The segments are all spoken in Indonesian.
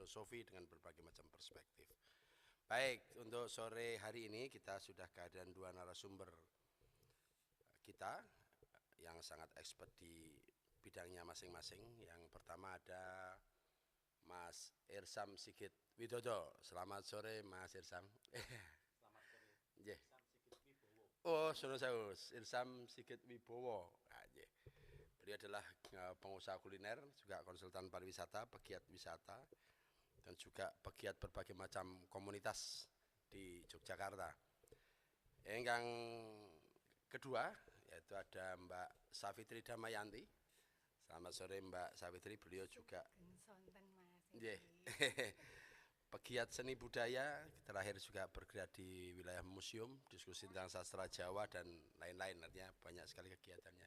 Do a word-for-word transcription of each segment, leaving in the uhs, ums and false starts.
filosofi dengan berbagai macam perspektif. Baik, untuk sore hari ini kita sudah kehadiran dua narasumber kita yang sangat expert di bidangnya masing-masing. Yang pertama ada Mas Irsam Sigit Widodo. Selamat sore Mas Irsam. Selamat sore. Yeah. Irsam Sigit Wibowo. Oh, sunan sewu, Irsam Sigit Wibowo. Ah, yeah. Beliau adalah uh, pengusaha kuliner, juga konsultan pariwisata, pegiat wisata, dan juga pegiat berbagai macam komunitas di Yogyakarta. Yang kedua yaitu ada Mbak Safitri Damayanti. Selamat sore Mbak Safitri, beliau juga yeah. pegiat seni budaya, terakhir juga bergerak di wilayah museum, diskusi tentang sastra Jawa dan lain-lain, artinya banyak sekali kegiatannya.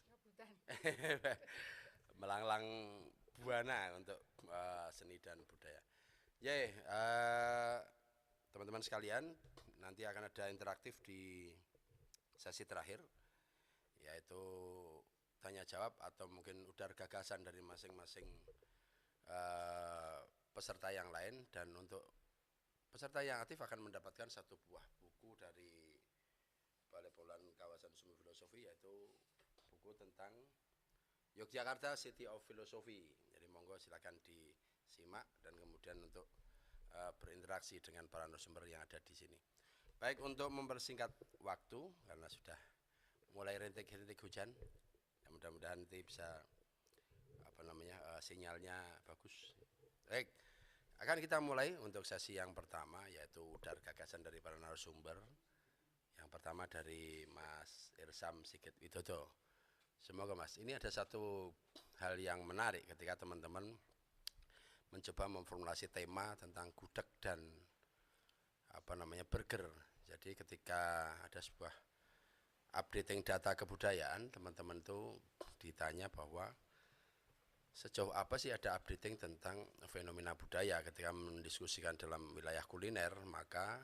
Melanglang buana untuk uh, seni dan budaya. Ya, yeah, uh, teman-teman sekalian, nanti akan ada interaktif di sesi terakhir, yaitu tanya jawab atau mungkin udar gagasan dari masing-masing uh, peserta yang lain. Dan untuk peserta yang aktif akan mendapatkan satu buah buku dari Balai Polahan Kawasan Sumber Filosofi, yaitu buku tentang Yogyakarta City of Philosophy. Jadi monggo silakan disimak dan kemudian untuk uh, berinteraksi dengan para narasumber yang ada di sini. Baik, untuk mempersingkat waktu karena sudah mulai rintik-rintik hujan, ya mudah-mudahan nanti bisa apa namanya uh, sinyalnya bagus. Baik, akan kita mulai untuk sesi yang pertama, yaitu udar gagasan dari para narasumber. Yang pertama dari Mas Irsam Sigit Widodo. Semoga Mas, ini ada satu hal yang menarik ketika teman-teman mencoba memformulasi tema tentang gudeg dan apa namanya burger. Jadi ketika ada sebuah updating data kebudayaan, teman-teman itu ditanya bahwa sejauh apa sih ada updating tentang fenomena budaya ketika mendiskusikan dalam wilayah kuliner, maka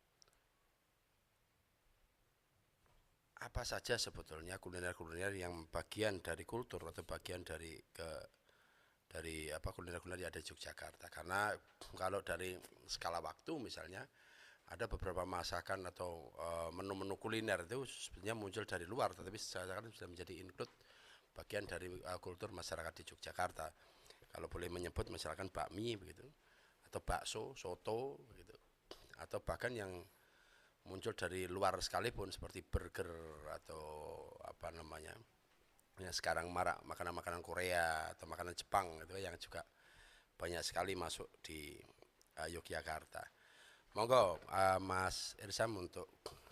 apa saja sebetulnya kuliner-kuliner yang bagian dari kultur atau bagian dari ke dari apa kuliner-kuliner yang ada di Yogyakarta. Karena kalau dari skala waktu misalnya ada beberapa masakan atau uh, menu-menu kuliner itu sebenarnya muncul dari luar, tetapi sekarang sudah menjadi include bagian dari uh, kultur masyarakat di Yogyakarta. Kalau boleh menyebut misalkan bakmi begitu, atau bakso, soto begitu, atau bahkan yang muncul dari luar sekalipun seperti burger atau apa namanya yang sekarang marak makanan-makanan Korea atau makanan Jepang itu yang juga banyak sekali masuk di uh, Yogyakarta. Monggo uh, Mas Irsam untuk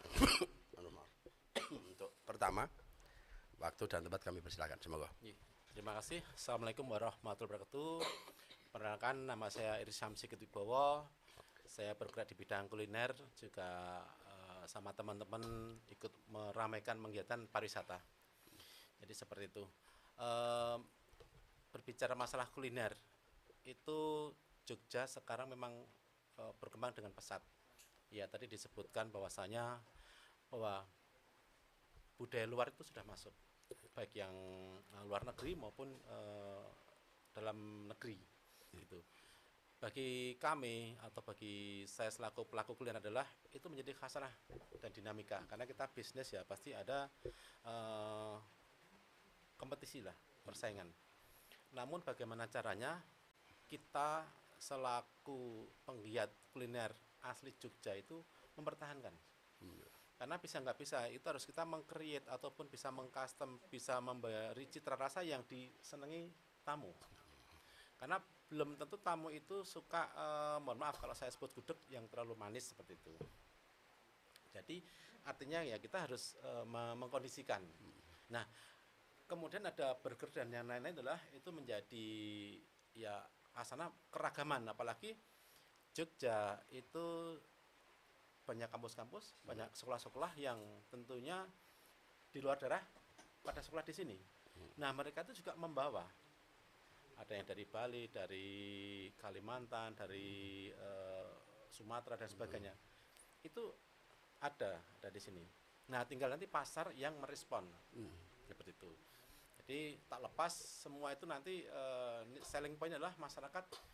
untuk pertama waktu dan tempat kami persilakan. Semoga. Terima kasih. Assalamualaikum warahmatullahi wabarakatuh. Perkenalkan, nama saya Irsam Sigit Wibowo. Saya bergerak di bidang kuliner, juga uh, sama teman-teman ikut meramaikan kegiatan pariwisata. Jadi seperti itu. Uh, berbicara masalah kuliner, itu Jogja sekarang memang uh, berkembang dengan pesat. Ya, tadi disebutkan bahwasanya bahwa budaya luar itu sudah masuk, baik yang uh, luar negeri maupun uh, dalam negeri. Gitu. Bagi kami atau bagi saya selaku pelaku kuliner adalah itu menjadi khasanah dan dinamika, karena kita bisnis ya pasti ada uh, kompetisi lah, persaingan. Namun bagaimana caranya kita selaku penggiat kuliner asli Jogja itu mempertahankan, karena bisa nggak bisa itu harus kita meng-create ataupun bisa meng-custom, bisa memberi citra rasa yang disenangi tamu. Karena belum tentu tamu itu suka, eh, mohon maaf kalau saya sebut gudeg yang terlalu manis seperti itu. Jadi artinya ya kita harus eh, mengkondisikan. Nah, kemudian ada burger dan yang lain-lain adalah itu menjadi ya asana keragaman, apalagi Jogja itu banyak kampus-kampus, banyak sekolah-sekolah yang tentunya di luar daerah pada sekolah di sini. Nah, mereka itu juga membawa, ada yang dari Bali, dari Kalimantan, dari uh, Sumatera dan sebagainya. Itu ada ada di sini. Nah, tinggal nanti pasar yang merespon, hmm. seperti itu. Jadi tak lepas semua itu nanti uh, selling point adalah masyarakat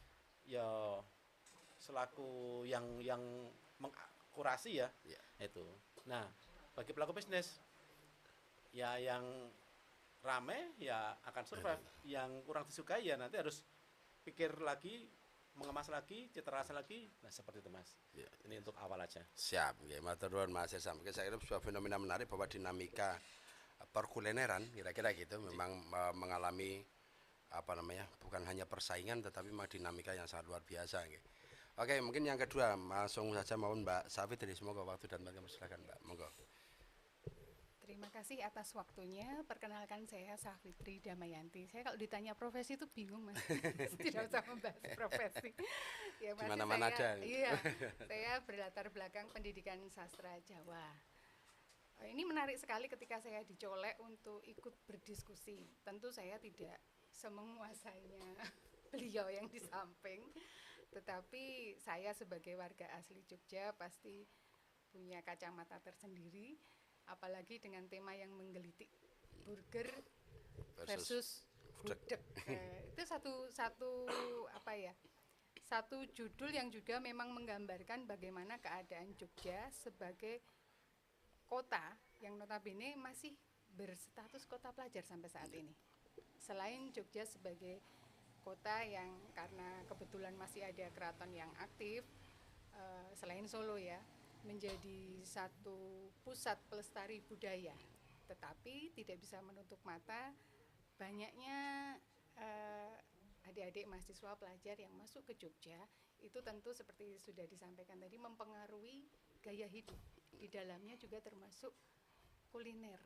ya selaku yang yang mengkurasi ya, Ya. itu. Nah, bagi pelaku bisnis ya yang rame ya akan survive, yang kurang disukai ya nanti harus pikir lagi, mengemas lagi, citra rasa lagi. Nah, seperti itu Mas. Ya. Ini untuk awal aja. Siap, nggih, matur nuwun Mas Irsam. Saya kira sebuah fenomena menarik bahwa dinamika perkulineran kira-kira gitu memang uh, mengalami apa namanya, bukan hanya persaingan tetapi memang dinamika yang sangat luar biasa nggih. Oke, mungkin yang kedua langsung saja mohon Mbak Safitri, semoga waktu dan tempat silakan Mbak. Monggo. Terima kasih atas waktunya. Perkenalkan saya Safitri Damayanti. Saya kalau ditanya profesi itu bingung Mas. Tidak usah membahas profesi. Ya, Di mana-mana saya, ada. Iya, saya berlatar belakang pendidikan sastra Jawa. Ini menarik sekali ketika saya dicolek untuk ikut berdiskusi. Tentu saya tidak semenguasainya beliau yang di samping, tetapi saya sebagai warga asli Jogja pasti punya kacamata tersendiri, apalagi dengan tema yang menggelitik, burger versus gudeg. Eh, itu satu satu apa ya? Satu judul yang juga memang menggambarkan bagaimana keadaan Jogja sebagai kota yang notabene masih berstatus kota pelajar sampai saat ini. Selain Jogja sebagai kota yang karena kebetulan masih ada keraton yang aktif, uh, selain Solo ya, menjadi satu pusat pelestari budaya. Tetapi tidak bisa menutup mata banyaknya uh, adik-adik mahasiswa pelajar yang masuk ke Jogja, itu tentu seperti sudah disampaikan tadi mempengaruhi gaya hidup. Di dalamnya juga termasuk kuliner.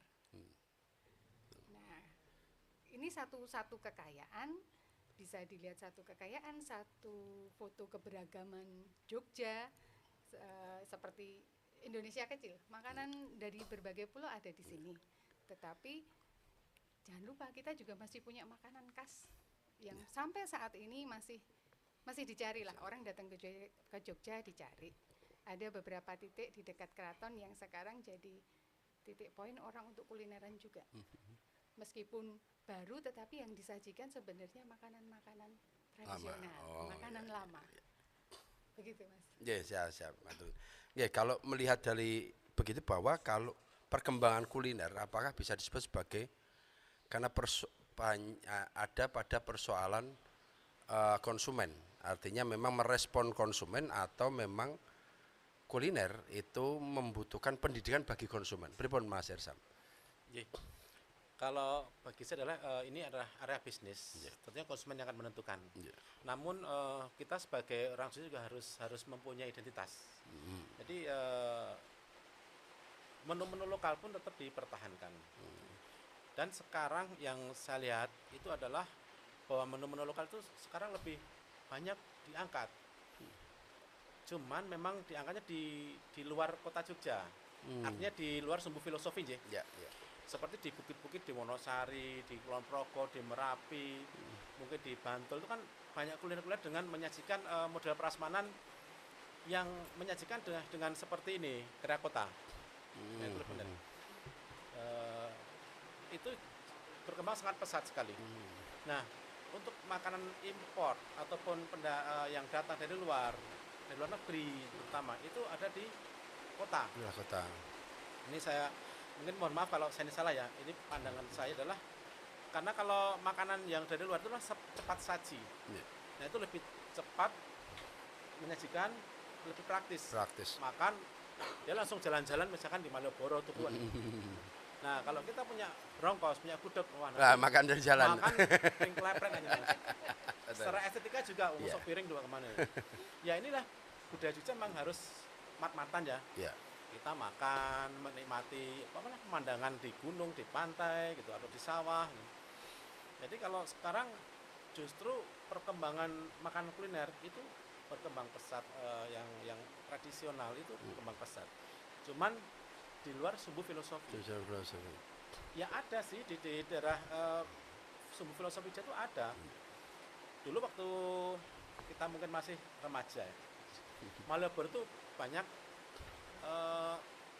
Nah, ini satu-satu kekayaan, bisa dilihat satu kekayaan, satu foto keberagaman Jogja, uh, seperti Indonesia kecil. Makanan dari berbagai pulau ada di sini. Tetapi jangan lupa kita juga masih punya makanan khas yang sampai saat ini masih masih dicari lah. Orang datang ke Jogja, ke Jogja dicari. Ada beberapa titik di dekat keraton yang sekarang jadi titik poin orang untuk kulineran juga. Meskipun baru, tetapi yang disajikan sebenarnya makanan-makanan tradisional, Oh, makanan ya, lama. ya. Begitu Mas. Ya, siap, siap. Ya, kalau melihat dari begitu bahwa kalau perkembangan kuliner apakah bisa disebut sebagai karena perso, ada pada persoalan uh, konsumen, artinya memang merespon konsumen atau memang kuliner itu membutuhkan pendidikan bagi konsumen. Pripun Mas Irsam? Ye. Kalau bagi saya adalah uh, ini adalah area bisnis, yeah. Tentunya konsumen yang akan menentukan. Yeah. Namun uh, kita sebagai orang Jogja juga harus harus mempunyai identitas. Mm. Jadi uh, menu-menu lokal pun tetap dipertahankan. Mm. Dan sekarang yang saya lihat itu adalah bahwa menu-menu lokal itu sekarang lebih banyak diangkat. Cuman memang diangkatnya di di luar kota Jogja, hmm. Artinya di luar sumbu filosofi ya. Ya, ya. Seperti di bukit-bukit di Wonosari, di Kulon Progo, di Merapi, hmm. mungkin di Bantul itu kan banyak kuliner-kuliner dengan menyajikan uh, model prasmanan yang menyajikan dengan, dengan seperti ini kera kota. Hmm. Nah, itu benar. Uh, itu berkembang sangat pesat sekali. Hmm. Nah, untuk makanan impor ataupun penda, uh, yang datang dari luar. Dari luar negeri terutama itu ada di kota. Ya, kota. Ini saya mungkin mohon maaf kalau saya ini salah ya. Ini pandangan saya adalah karena kalau makanan yang dari luar itu cepat saji. Ya. Nah itu lebih cepat menyajikan, lebih praktis. Praktis. Makan dia langsung jalan-jalan misalkan di Malioboro Tukuan. Nah kalau kita punya brongkos, punya gudeg, wah, nah, makan dari jalan. Makan ping kleprek aja. Secara estetika juga yeah. Masuk piring juga kemana ya. Ya inilah budaya Jogja memang harus mat-matan ya. Yeah. Kita makan, menikmati apa namanya pemandangan di gunung, di pantai gitu atau di sawah. Gitu. Jadi kalau sekarang justru perkembangan makanan kuliner itu berkembang pesat, uh, yang yang tradisional itu berkembang pesat. Cuman di luar sumbu filosofi. filosofi. Ya ada sih di, di daerah uh, sumbu filosofi itu ada. Dulu waktu kita mungkin masih remaja ya, Malioboro itu banyak uh,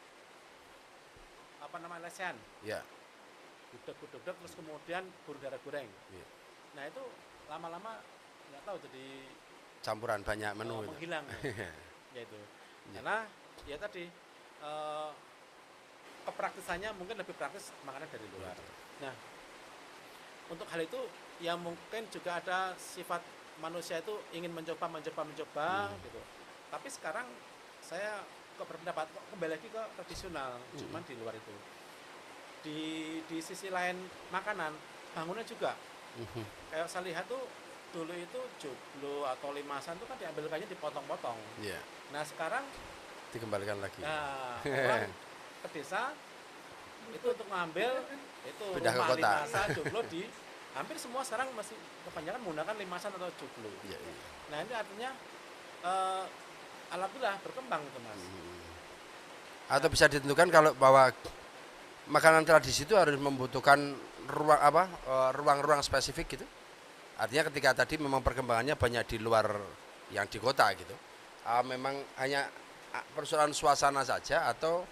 apa namanya lesehan, ya. Gudeg-gudeg terus kemudian burung darah goreng. Ya. Nah itu lama-lama nggak tahu jadi campuran banyak menu uh, itu. menghilang. Ya itu. Karena ya tadi uh, kepraktisannya mungkin lebih praktis makanan dari luar. Nah, untuk hal itu ya mungkin juga ada sifat manusia itu ingin mencoba mencoba mencoba hmm. gitu. Tapi sekarang saya kok berpendapat kok kembali lagi ke tradisional, hmm. cuman di luar itu. Di di sisi lain makanan, bangunan juga. Hmm. Kayak saya lihat tuh dulu itu joglo atau limasan itu kan diambilkannya dipotong-potong. Yeah. Nah, sekarang dikembalikan lagi. Nah, orang ke desa itu untuk ngambil itu pindah rumah ke kota. limasan joglo di hampir semua sekarang masih kebanyakan menggunakan limasan atau joglo. Yeah, yeah. Nah, ini artinya uh, alhamdulillah berkembang itu Mas. Hmm. Atau bisa ditentukan kalau bahwa makanan tradisi itu harus membutuhkan ruang apa ruang-ruang spesifik gitu. Artinya ketika tadi memang perkembangannya banyak di luar yang di kota gitu. Uh, memang hanya persoalan suasana saja atau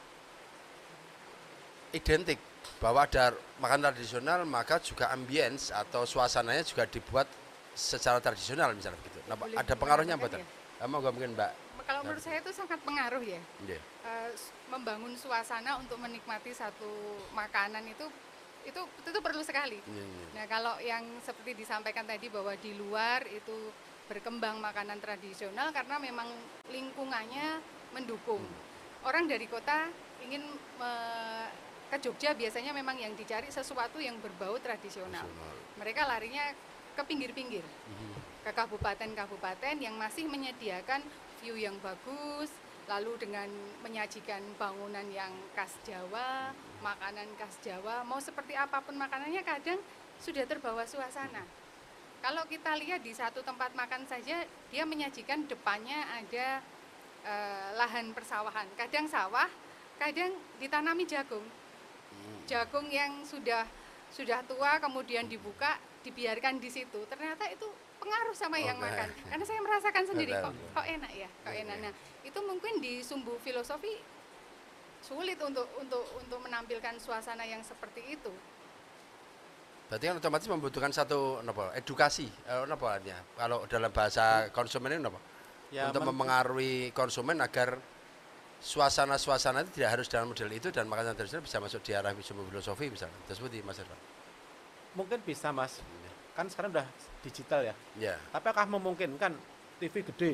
identik bahwa ada makanan tradisional maka juga ambience atau suasananya juga dibuat secara tradisional misalnya begitu. Nah, ada pengaruhnya betul. Ya? Mau gak mungkin Mbak? Kalau menurut saya itu sangat pengaruh ya. Yeah. Uh, membangun suasana untuk menikmati satu makanan itu itu itu perlu sekali. Yeah, yeah. Nah, kalau yang seperti disampaikan tadi bahwa di luar itu berkembang makanan tradisional karena memang lingkungannya mendukung. Hmm. Orang dari kota ingin me, ke Jogja biasanya memang yang dicari sesuatu yang berbau tradisional. Mereka larinya ke pinggir-pinggir, hmm. ke kabupaten-kabupaten yang masih menyediakan view yang bagus, lalu dengan menyajikan bangunan yang khas Jawa, makanan khas Jawa, mau seperti apapun makanannya kadang sudah terbawa suasana. Kalau kita lihat di satu tempat makan saja, dia menyajikan depannya ada eh, lahan persawahan, kadang sawah, kadang ditanami jagung. Jagung yang sudah sudah tua kemudian dibuka, dibiarkan di situ. Ternyata itu pengaruh sama okay. yang makan. Karena saya merasakan sendiri kok, kok enak ya, kok enak. Nah, itu mungkin di sumbu filosofi sulit untuk untuk untuk menampilkan suasana yang seperti itu. Berarti kan otomatis membutuhkan satu apa, edukasi, eh, apa artinya? Kalau dalam bahasa konsumen ini apa? Ya, untuk mempengaruhi konsumen agar suasana-suasana itu tidak harus dalam model itu dan makanan tradisional bisa masuk di arah sumbu filosofi misalnya. Seperti Mas Irfan. Mungkin bisa Mas. Kan sekarang udah digital ya. Ya. Tapi apakah memungkinkan T V gede?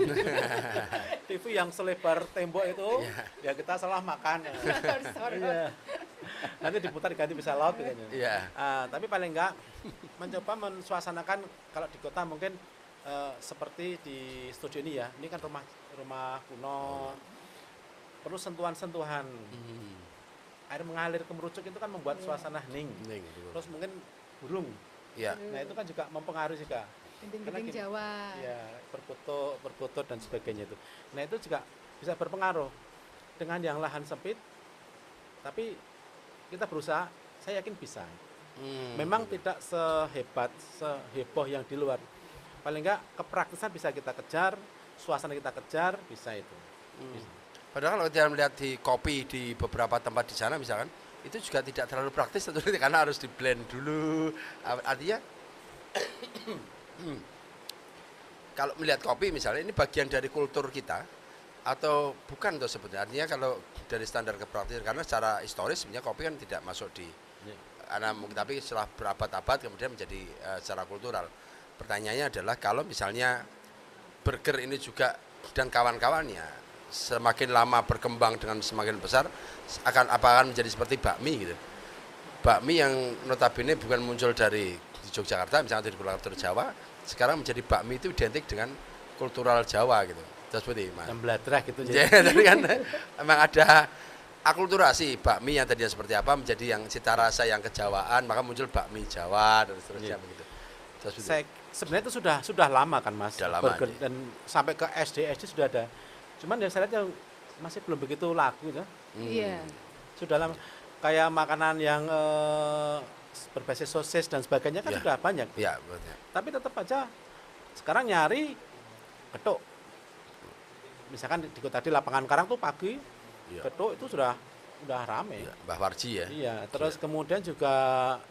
T V yang selebar tembok itu ya, ya kita salah makan ya. Ya. Nanti diputar ganti bisa laut kayaknya. Ya. Uh, tapi paling enggak mencoba mensuasanakan kalau di kota mungkin uh, seperti di studio ini ya. Ini kan rumah rumah kuno. Perlu sentuhan-sentuhan. Hmm. Air mengalir kemerucuk itu kan membuat suasana hening. hening Terus mungkin burung. Ya. Nah itu kan juga mempengaruhi juga. Genting-genting Jawa. Ya, berfoto, berfoto dan sebagainya itu. Nah itu juga bisa berpengaruh dengan yang lahan sempit. Tapi kita berusaha, saya yakin bisa. Hmm. Memang tidak sehebat, seheboh yang di luar. Paling enggak kepraktisan bisa kita kejar, suasana kita kejar, bisa itu. Hmm. Bisa. Padahal kalau kita melihat di kopi di beberapa tempat di sana misalkan, itu juga tidak terlalu praktis tentunya karena harus di blend dulu. Artinya kalau melihat kopi misalnya ini bagian dari kultur kita atau bukan tuh sebetulnya. Artinya kalau dari standar kepraktisan karena secara historis sebenarnya kopi kan tidak masuk di ya. Karena tapi setelah berabad-abad kemudian menjadi uh, secara kultural. Pertanyaannya adalah kalau misalnya burger ini juga dan kawan-kawannya semakin lama berkembang dengan semakin besar akan apa akan menjadi seperti bakmi gitu. Bakmi yang notabene bukan muncul dari di Yogyakarta misalnya di kultur Jawa, sekarang menjadi bakmi itu identik dengan kultural Jawa gitu. Terus seperti Mas. Beladrah gitu jadi. Jadi kan memang ada akulturasi bakmi yang tadinya seperti apa menjadi yang cita rasa yang kejawaan, maka muncul bakmi Jawa dan seterusnya yeah. begitu. Terus Saya, sebenarnya itu sudah sudah lama kan Mas. Sudah lama. Burger, dan sampai ke S D S D sudah ada. Cuman yang saya lihat yang masih belum begitu laku gitu. Iya. Hmm. Sudah lama kayak makanan yang eh, berbasis sosis dan sebagainya kan ya. Sudah banyak. Iya, banyak. Tapi tetap aja sekarang nyari getuk. Misalkan di kota tadi lapangan Karang tuh pagi ya. Getuk itu sudah sudah rame. Ya, Mbah Warji ya. Iya, terus ya. Kemudian juga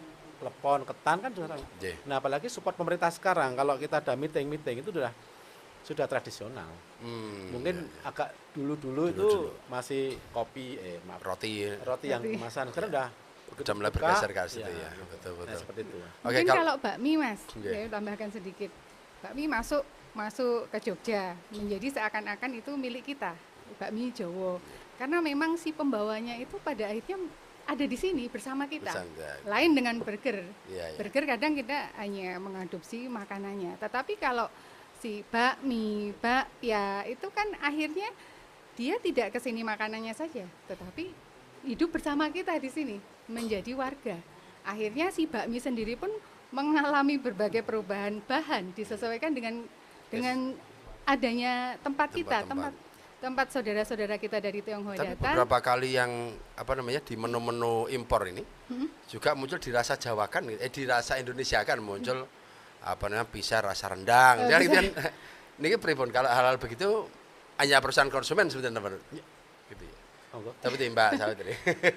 lepon, ketan kan juga rame. Ya. Nah, apalagi support pemerintah sekarang kalau kita ada meeting-meeting itu sudah sudah tradisional. Hmm, Mungkin iya, iya. agak dulu-dulu itu Dulu-dulu. masih kopi, eh maaf, Roti roti yang Roti. kemasan. Sekarang udah udah mulai buka, bergeser ke situ iya, ya. Betul Nah, betul. seperti itu. Oke, Mungkin kalau kalau bakmi Mas, Oke. saya tambahkan sedikit. Bakmi masuk masuk ke Jogja menjadi seakan-akan itu milik kita, bakmi Jawa. Karena memang si pembawanya itu pada akhirnya ada di sini bersama kita. Bersama. Lain dengan burger. Iya, iya. Burger kadang kita hanya mengadopsi makanannya. Tetapi kalau si bakmi, bakpia itu kan akhirnya dia tidak ke sini makanannya saja, tetapi hidup bersama kita di sini menjadi warga. Akhirnya si bakmi sendiri pun mengalami berbagai perubahan bahan disesuaikan dengan dengan adanya tempat kita, Tempat-tempat. tempat tempat saudara-saudara kita dari Tionghoa Tapi datang. beberapa kali yang apa namanya di menu-menu impor ini Hmm. juga muncul dirasa Jawa kan, eh dirasa Indonesia kan muncul apa namanya bisa rasa rendang. Eh, Ya, bisa. gitu kan. Ini pripun kalau hal-hal begitu hanya perusahaan konsumen sebenarnya Pak? Gitu ya. Monggo. Tapi itu Mbak Sawitri.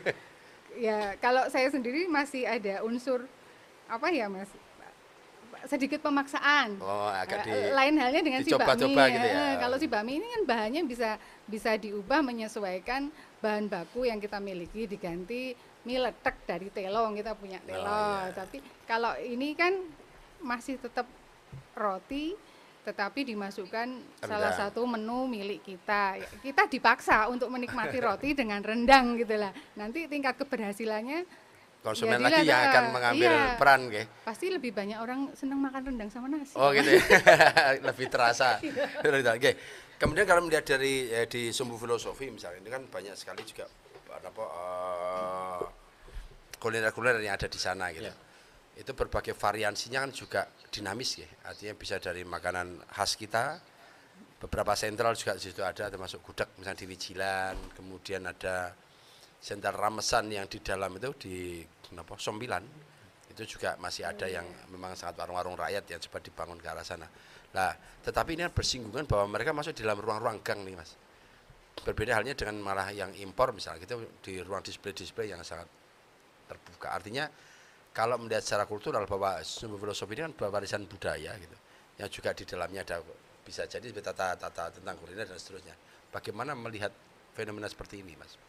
Ya, kalau saya sendiri masih ada unsur apa ya, Mas? Sedikit pemaksaan. Oh, agak di Eh, lain halnya dengan si bakmi. dicoba-coba gitu ya. Eh, Kalau si bakmi ini kan bahannya bisa bisa diubah menyesuaikan bahan baku yang kita miliki, diganti mie letek dari telong, kita punya telong. iya. Tapi kalau ini kan masih tetap roti, tetapi dimasukkan salah Rendang. satu menu milik kita. Ya, kita dipaksa untuk menikmati roti dengan rendang gitulah. Nanti tingkat keberhasilannya konsumen Ya, lagi dilihat, yang akan eh, mengambil iya. peran nggih. pasti lebih banyak orang senang makan rendang sama nasi. Oh gitu ya. Lebih terasa. Oke. Kemudian kalau melihat dari eh, di Sumbu Filosofi misalnya ini kan banyak sekali juga apa eh, kuliner-kuliner yang ada di sana gitu. Ya. Itu berbagai variansinya kan juga dinamis ya. Artinya bisa dari makanan khas kita, beberapa sentral juga di situ ada termasuk gudeg misalnya di Wijilan, kemudian ada sentral ramesan yang di dalam itu di apa Sombilan itu juga masih ada yang memang sangat warung-warung rakyat yang coba dibangun ke arah sana. Nah, tetapi ini kan bersinggungan bahwa mereka masuk di dalam ruang-ruang gang nih Mas. Berbeda halnya dengan malah yang impor misalnya kita di ruang display-display yang sangat terbuka. Artinya kalau melihat secara kultural bahwa Sumbu Filosofi ini kan bahwa warisan budaya gitu. Yang juga di dalamnya ada bisa jadi tata-tata tentang kuliner dan seterusnya. Bagaimana melihat fenomena seperti ini Mas?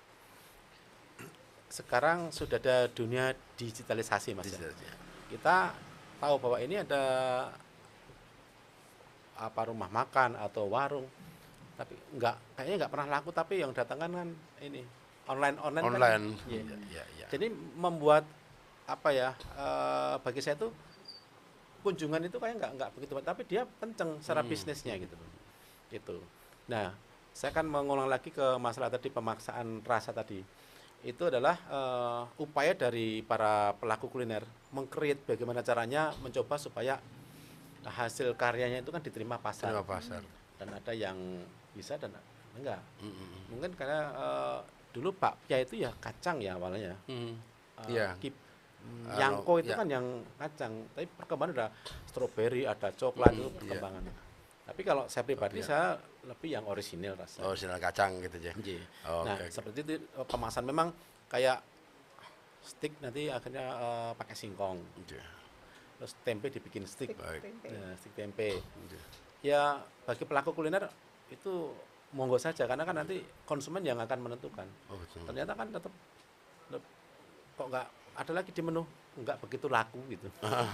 Sekarang sudah ada dunia digitalisasi, Mas. Ya. Digitalnya. Kita tahu bahwa ini ada apa rumah makan atau warung, tapi enggak kayaknya enggak pernah laku, tapi yang datang kan kan ini online online. Online. Kan, iya. Ya, ya. Jadi membuat apa ya? eh, bagi saya itu kunjungan itu kayak enggak enggak begitu, tapi dia kenceng secara Hmm. bisnisnya gitu. Gitu. Nah, saya kan mengulang lagi ke masalah tadi pemaksaan rasa tadi. Itu adalah eh, upaya dari para pelaku kuliner meng-create bagaimana caranya mencoba supaya hasil karyanya itu kan diterima pasar. Terima pasar. Dan ada yang bisa dan enggak. Mm, mm, mm. Mungkin karena eh, dulu bakpia itu ya kacang ya awalnya. Mm. Eh, Iya. kip- mm, Anu, Yangko itu ya. kan yang kacang, tapi perkembangan ada stroberi, ada coklat Mm, itu iya. perkembangan. Tapi kalau saya pribadi Iya. saya lebih yang orisinil rasanya. Original kacang gitu ya. Iya. Oh, Nah, oke, oke. seperti itu eh, kemasan memang kayak stick nanti akhirnya eh, pakai singkong. Iya. Terus tempe dibikin stick. Stick Baik. tempe. Nah, stick tempe. Iya. Ya, bagi pelaku kuliner itu monggo saja karena kan nanti konsumen yang akan menentukan. Oh, betul. Ternyata kan tetap tetap- kok nggak ada lagi di menu nggak begitu laku gitu.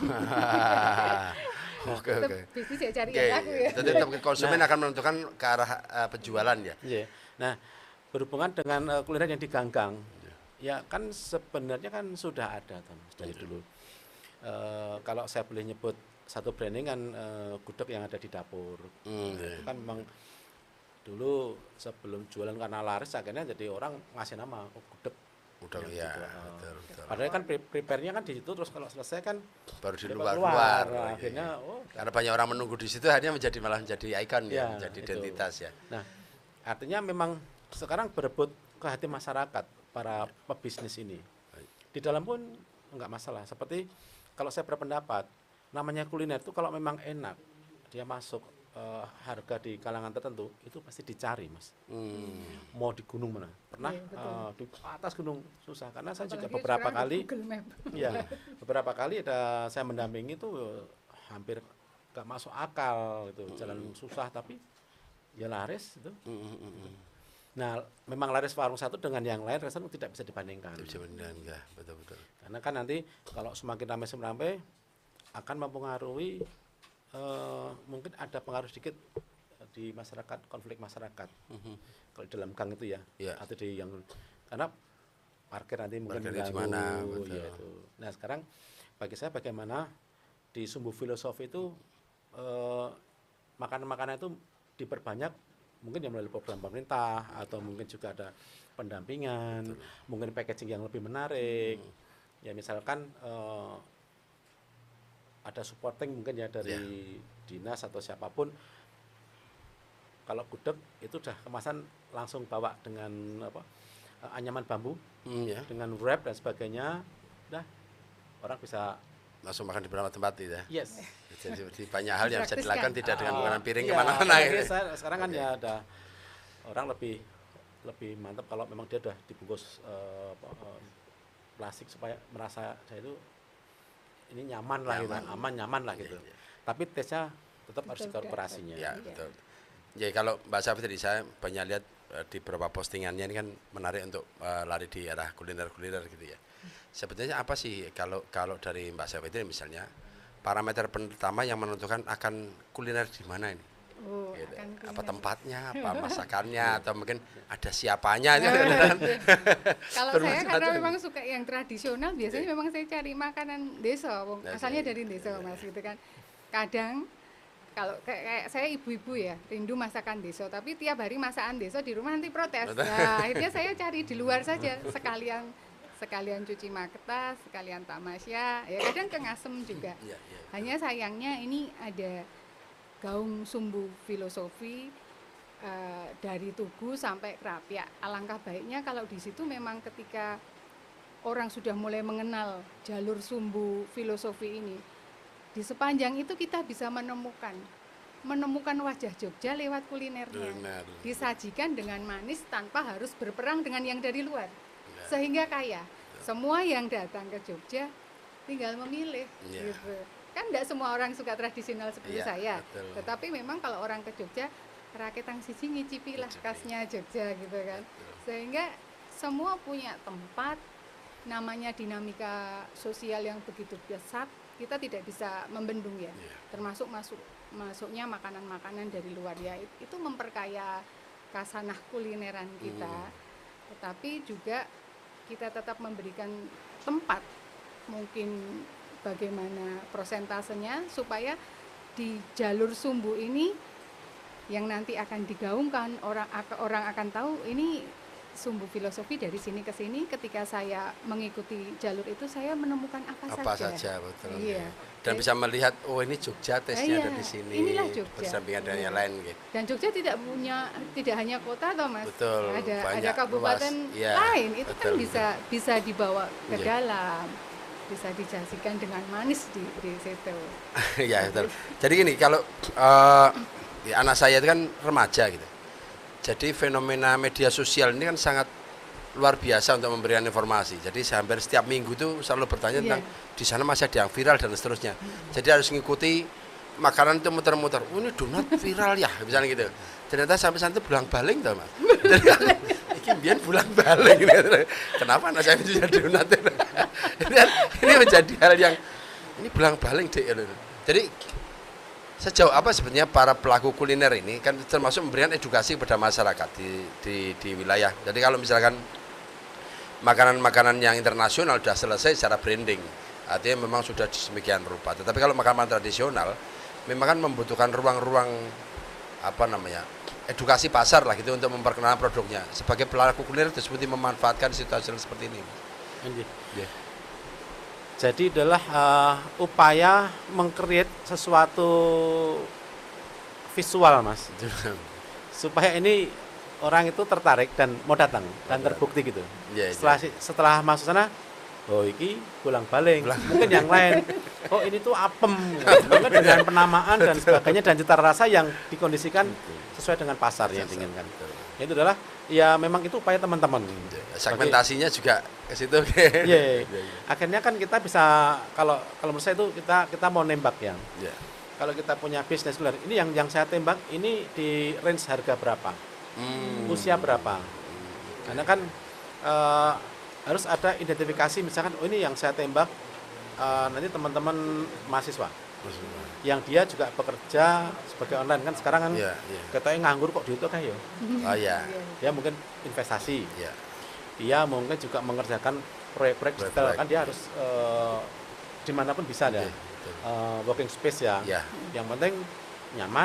Oke, Tetap oke. bisnis ya cari Oke, yang laku ya. jadi tetap konsumen akan menentukan ke arah eh, penjualan ya. Iya. Nah, berhubungan dengan eh, kuliner yang diganggang, ya kan sebenarnya kan sudah ada Tom, dari Iya. dulu. Eh, kalau saya boleh nyebut satu branding kan eh, gudeg yang ada di dapur. Hmm, Nah, iya. itu kan memang dulu sebelum jualan karena laris akhirnya jadi orang ngasih nama oh, gudeg. Udah Ya, ya, gitu. betul, betul. Padahal kan pre- prepare-nya kan di situ terus kalau selesai kan Baru di dia luar-luar. Nah, Oh, iya, akhirnya iya. oh Karena banyak orang menunggu di situ akhirnya menjadi malah menjadi ikon ya, Ya, menjadi itu. identitas ya. Nah, artinya memang sekarang berebut ke hati masyarakat para pebisnis ini. Baik. Di dalam pun enggak masalah. Seperti kalau saya berpendapat, namanya kuliner itu kalau memang enak, dia masuk eh, harga di kalangan tertentu, itu pasti dicari, Mas. Hmm. Mau di gunung mana? Pernah Iya, betul. eh, di atas gunung susah karena saya juga Apalagi beberapa sekarang kali Google Map. ya, beberapa kali ada saya mendampingi itu eh, hampir gak masuk akal gitu, jalan susah tapi ya laris itu. Nah, memang laris warung satu dengan yang lain restoran tidak bisa dibandingkan. Tidak bisa dibandingkan, ya, betul-betul. Karena kan nanti kalau semakin ramai ramai akan mempengaruhi uh, mungkin ada pengaruh sedikit di masyarakat, konflik masyarakat. Mm-hmm. Kalau dalam gang itu ya, yeah. atau di yang karena parkir nanti mungkin mengganggu. Ya itu. Nah sekarang bagi saya bagaimana di Sumbu Filosofi itu uh, makanan-makanan itu diperbanyak, mungkin yang melalui program pemerintah atau mungkin juga ada pendampingan, betul. Mungkin packaging yang lebih menarik. Hmm. Ya misalkan uh, ada supporting mungkin ya dari yeah. dinas atau siapapun. Kalau gudeg itu udah kemasan langsung bawa dengan apa uh, anyaman bambu, hmm, yeah. dengan wrap dan sebagainya, udah orang bisa langsung makan di beberapa tempat itu ya. Yes. Jadi banyak hal yang bisa dilakukan tidak dengan menggunakan uh, piring iya, kemana-mana. Ya. Sekarang kan okay. ya ada orang lebih lebih mantap kalau memang dia udah dibungkus uh, uh, plastik supaya merasa saya itu ini nyaman lah, nyaman. Gitu, aman nyaman lah gitu. Ya, ya. Tapi tesnya tetap harus di korporasinya. Ya, betul. Jadi kalau Mbak Safi tadi saya banyak lihat uh, di beberapa postingannya ini kan menarik untuk uh, lari di arah kuliner-kuliner gitu ya. Sebetulnya apa sih kalau kalau dari Mbak Safi itu misalnya parameter pertama yang menentukan akan kuliner di mana ini? Oh, gitu. Apa tempatnya, apa masakannya, atau mungkin ada siapanya? Nah, kalau saya karena memang suka yang tradisional, biasanya yeah. memang saya cari makanan desa, nah, asalnya dari desa yeah. mas, gitu kan. Kadang kalau kayak, kayak saya ibu-ibu ya, rindu masakan desa, tapi tiap hari masakan desa di rumah nanti protes. Nah, akhirnya saya cari di luar saja, sekalian sekalian cuci maketas, sekalian tamasya, ya kadang ke Ngasem juga. Yeah, yeah. Hanya sayangnya ini ada gaung Sumbu Filosofi uh, dari Tugu sampai Krapyak. Alangkah baiknya kalau di situ memang ketika orang sudah mulai mengenal jalur Sumbu Filosofi ini, di sepanjang itu kita bisa menemukan menemukan wajah Jogja lewat kulinernya. Benar. Disajikan dengan manis tanpa harus berperang dengan yang dari luar. Benar. Sehingga kaya. Semua yang datang ke Jogja tinggal memilih ya. Gitu. Kan enggak semua orang suka tradisional seperti ya, saya, betul. Tetapi memang kalau orang ke Jogja, raketang siji ngicipi lah khasnya Jogja gitu kan. Betul. Sehingga semua punya tempat, namanya dinamika sosial yang begitu besar, kita tidak bisa membendung ya. ya. Termasuk masuk masuknya makanan-makanan dari luar ya, itu memperkaya kasanah kulineran kita. Hmm. Tetapi juga kita tetap memberikan tempat, mungkin bagaimana prosentasenya supaya di jalur Sumbu ini yang nanti akan digaungkan orang orang akan tahu ini Sumbu Filosofi dari sini ke sini. Ketika saya mengikuti jalur itu saya menemukan apa, apa saja. saja betul. Iya. Dan bisa melihat oh ini Jogja tesnya iya, ada di sini. Inilah Jogja. Bersampingan dengan yang lain gitu. Dan Jogja tidak punya tidak hanya kota toh Mas. Betul. Ada ada kabupaten ya, lain itu betul, kan bisa betul. bisa dibawa ke ya. dalam. Bisa dijadikan dengan manis di, di situ. Ya betul. Jadi gini kalau uh, ya, anak saya itu kan remaja gitu. Jadi fenomena media sosial ini kan sangat luar biasa untuk memberikan informasi. Jadi hampir setiap minggu tuh selalu bertanya yeah. tentang di sana masih ada yang viral dan seterusnya. Hmm. Jadi harus mengikuti makanan itu muter-muter. Oh ini donat viral ya, misalnya gitu. Ternyata sampai sana itu bulang-baling tuh Mas. Jadi ini biar bulang-baling. Kenapa anak saya punya donat? Ini menjadi hal yang ini bulang-baling deh. Jadi sejauh apa sebenarnya para pelaku kuliner ini kan termasuk memberikan edukasi kepada masyarakat di, di, di wilayah. Jadi kalau misalkan makanan-makanan yang internasional sudah selesai secara branding, artinya memang sudah sedemikian rupa. Tetapi kalau makanan tradisional memang kan membutuhkan ruang-ruang apa namanya edukasi pasar lah gitu untuk memperkenalkan produknya. Sebagai pelaku kuliner itu seperti memanfaatkan situasi seperti ini. Yeah. Jadi adalah uh, upaya meng-create sesuatu visual Mas, supaya ini orang itu tertarik dan mau datang dan terbukti gitu. Ya, setelah ya. setelah masuk sana, oh ini pulang-baling, mungkin yang lain, oh ini tuh apem, mungkin dengan penamaan dan sebagainya dan cita rasa yang dikondisikan sesuai dengan pasar yang diinginkan. Itu adalah ya memang itu upaya teman-teman. Segmentasinya Bagi, juga ke situ. Iya. Akhirnya kan kita bisa kalau kalau menurut saya itu kita kita mau nembak ya. Yeah. kalau kita punya bisnis kuliner, ini yang yang saya tembak ini di range harga berapa, Hmm. usia berapa. Karena kan eh, harus ada identifikasi, misalkan oh ini yang saya tembak eh, nanti teman-teman mahasiswa yang dia juga bekerja sebagai online kan sekarang kan Iya, iya. katanya nganggur kok duit kayak ya. Oh iya. Dia mungkin investasi, Iya. dia mungkin juga mengerjakan proyek-proyek digital Proyek-proyek. kan dia harus eh, dimanapun bisa ya. Iya, betul. Eh, working space ya. Iya. Yang penting nyaman,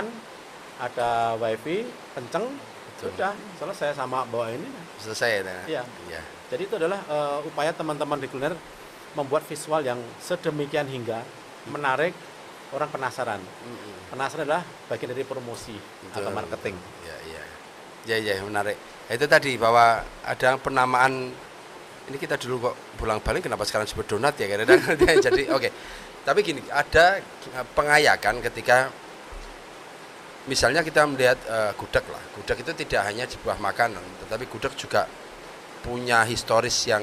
ada wifi, kenceng, Betul. sudah selesai sama bawa ini. Selesai ya. Iya. Iya. Jadi itu adalah eh, upaya teman-teman di kuliner membuat visual yang sedemikian hingga menarik orang penasaran. Mm-mm. Penasaran adalah bagian dari promosi atau Betul. marketing. Ya, ya. Ya, ya, menarik. Itu tadi bahwa ada penamaan ini kita dulu kok pulang-balik kenapa sekarang disebut donat ya kadang-kadang jadi oke. Tapi gini, ada eh, pengayakan ketika misalnya kita melihat eh, gudeg lah. Gudeg itu tidak hanya sebuah makanan, tetapi gudeg juga punya historis yang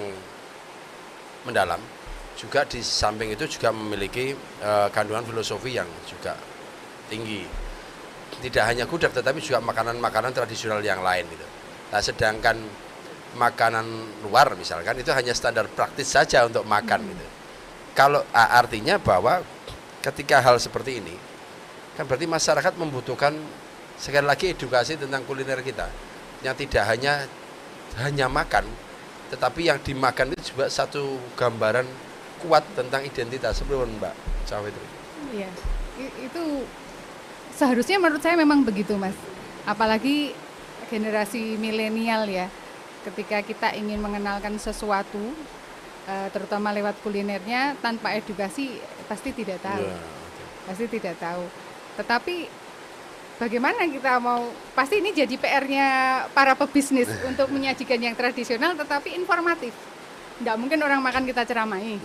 mendalam. Juga di samping itu juga memiliki eh, kandungan filosofi yang juga tinggi. Tidak hanya gudeg tetapi juga makanan-makanan tradisional yang lain gitu. Nah, sedangkan makanan luar misalkan itu hanya standar praktis saja untuk makan gitu. Kalau a- artinya bahwa ketika hal seperti ini kan berarti masyarakat membutuhkan sekali lagi edukasi tentang kuliner kita yang tidak hanya hanya makan tetapi yang dimakan itu juga satu gambaran kuat tentang identitas. Sebelum Mbak Sawitri. Iya, i- itu seharusnya menurut saya memang begitu, Mas. Apalagi generasi milenial ya, ketika kita ingin mengenalkan sesuatu, eh, terutama lewat kulinernya, tanpa edukasi pasti tidak tahu, Ya, pasti tidak tahu. Tetapi bagaimana kita mau, pasti ini jadi P R-nya para pebisnis untuk menyajikan yang tradisional tetapi informatif. Nggak mungkin orang makan kita ceramahi.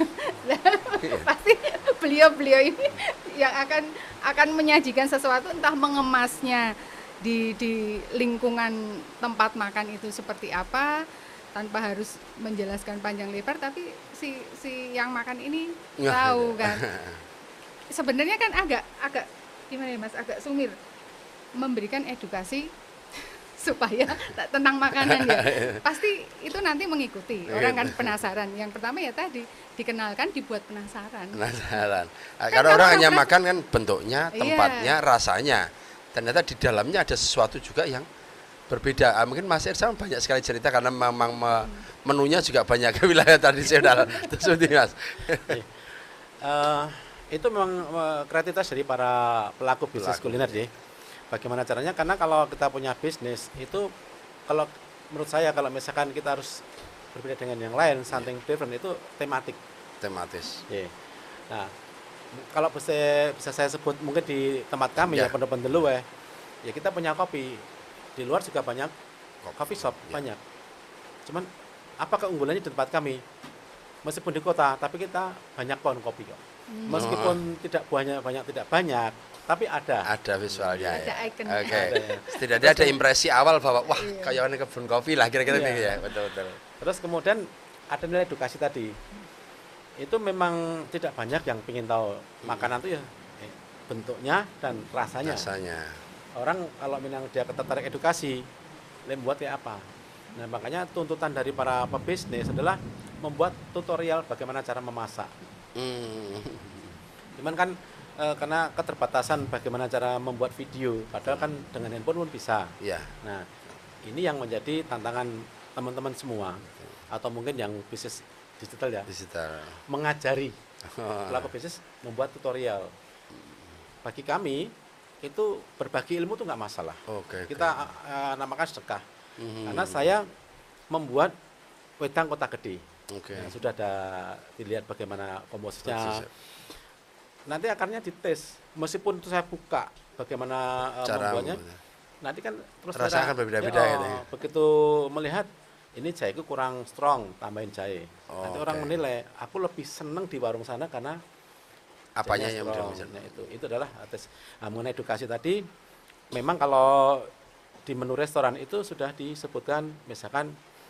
Pasti beliau-beliau ini yang akan akan menyajikan sesuatu, entah mengemasnya di di lingkungan tempat makan itu seperti apa, tanpa harus menjelaskan panjang lebar, tapi si si yang makan ini tahu kan. Sebenarnya kan agak agak gimana ya Mas, agak sumir memberikan edukasi supaya tak- tentang makanan ya. Pasti itu nanti mengikuti. Orang kan penasaran. Yang pertama ya tadi dikenalkan, dibuat penasaran. Penasaran. Nah, Kan karena kalau orang hanya orang- makan kan bentuknya, Iya. tempatnya, rasanya. Ternyata di dalamnya ada sesuatu juga yang berbeda. Ah, mungkin Mas Irsam banyak sekali cerita karena memang me- menunya juga banyak ke wilayah tradisional. Terus seperti Mas. Eh, itu memang eh, kreativitas dari para pelaku bisnis Pelaku. kuliner sih. Bagaimana caranya? Karena kalau kita punya bisnis itu, kalau menurut saya kalau misalkan kita harus berbeda dengan yang lain, something different itu tematik. Tematis. Iya. Nah, m- kalau bisa bisa saya sebut mungkin di tempat kami Ya. ya, Pondok Pendelue, ya kita punya kopi. Di luar juga banyak coffee shop, Ya. banyak. Cuman apa keunggulannya di tempat kami? Meskipun di kota, tapi kita banyak pohon kopi kok. Meskipun tidak banyak banyak tidak banyak, tapi ada. Ada visualnya. Ada ya. icon. Oke. Ada, ya. Setidaknya ada impresi awal bahwa wah Iya. kayak ini kebun kopi lah kira-kira Iya. gitu ya. Betul betul. Terus kemudian ada nilai edukasi tadi. Itu memang tidak banyak yang ingin tahu makanan itu ya eh, bentuknya dan rasanya. Rasanya. Orang kalau memang dia tertarik edukasi, dia membuat kayak apa. Nah, makanya tuntutan dari para pebisnis adalah membuat tutorial bagaimana cara memasak. Hmm. Cuman kan eh, karena keterbatasan bagaimana cara membuat video, padahal kan dengan handphone pun bisa. Ya. Nah, ini yang menjadi tantangan teman-teman semua atau mungkin yang bisnis digital ya, Digital. mengajari Oh. pelaku bisnis membuat tutorial. Bagi kami itu berbagi ilmu itu nggak masalah. Oke. Kita eh, namakan sedekah. Mhm. Karena saya membuat wedang kota gede. Oke. Nah, sudah ada dilihat bagaimana komposisinya. Persis. Nanti akarnya dites. Meskipun itu saya buka bagaimana eh, Cara membuatnya, membuatnya. nanti kan terus Rasanya saya- akan berbeda-beda ya, gitu ya. begitu melihat ini jahe itu kurang strong, tambahin jahe. Oh, nanti orang oke. menilai, aku lebih seneng di warung sana karena Apanya jahenya yang strong. udah bisa? Nah, itu itu adalah tes. Nah, mengenai edukasi tadi, memang kalau di menu restoran itu sudah disebutkan misalkan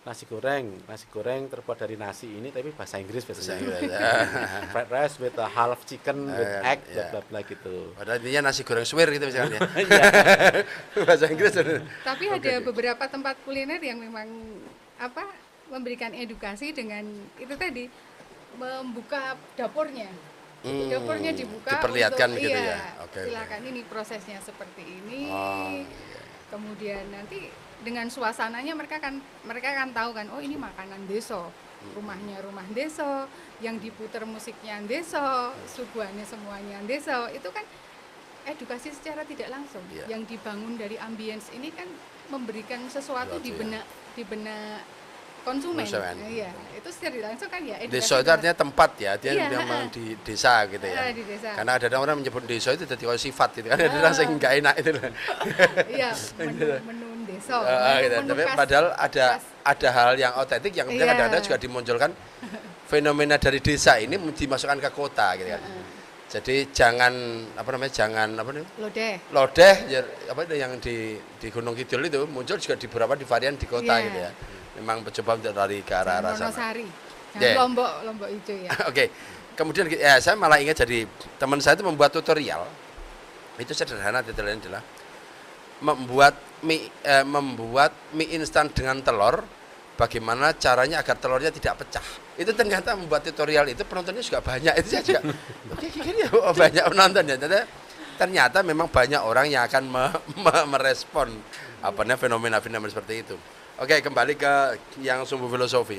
nasi goreng, nasi goreng terbuat dari nasi ini tapi bahasa Inggris Bahasa biasanya. Inggris, ya. Fried rice with a half chicken with Eh, egg, ya. bla bla bla gitu. Padahal intinya nasi goreng suwir gitu misalnya. Iya. Bahasa Inggris. Tapi Oke, ada oke. beberapa tempat kuliner yang memang apa memberikan edukasi dengan itu tadi membuka dapurnya. Hmm, Dapurnya dibuka diperlihatkan untuk, gitu iya, ya. Oke. oke. silakan ini prosesnya seperti ini. Oh, iya. Kemudian nanti dengan suasananya mereka kan mereka kan tahu kan, oh ini makanan deso, rumahnya rumah deso, yang diputer musiknya deso, suguhannya semuanya deso. Itu kan edukasi secara tidak langsung. Iya. Yang dibangun dari ambience ini kan memberikan sesuatu Sesuatu, di ya. benak di benak konsumen. Konsumen. Nah, iya, itu secara tidak langsung kan ya edukasi. Desa itu terhadap- artinya tempat ya, dia Iya, memang ha-ha. di desa gitu ya. Ah, di desa. Karena ada orang menyebut desa itu jadi kayak sifat gitu kan, ada Ah. rasa yang nggak enak itu loh. Iya, menu menu deso. Ah, gitu. menu Tapi khas- padahal ada khas. ada hal yang otentik yang kemudian Iya. kadang-kadang juga dimunculkan fenomena dari desa ini dimasukkan ke kota gitu kan. Heeh. Jadi jangan apa namanya jangan apa namanya Lodeh. lodeh ya, apa itu yang di di Gunung Kidul itu muncul juga di beberapa di varian di kota Iya. gitu ya. Memang mencoba untuk lari ke arah arah sana. Wonosari. Yeah. Lombok, Lombok hijau ya. Oke, kemudian ya saya malah ingat jadi teman saya itu membuat tutorial itu sederhana, tutorialnya adalah membuat mie eh, membuat mie instan dengan telur, bagaimana caranya agar telurnya tidak pecah. Itu ternyata membuat tutorial itu penontonnya juga banyak. Itu saya juga oke gini ya, oh, banyak penonton ya. Ternyata, ternyata memang banyak orang yang akan me- me- merespon apa namanya fenomena-fenomena seperti itu. Oke, kembali ke yang sumbu filosofi.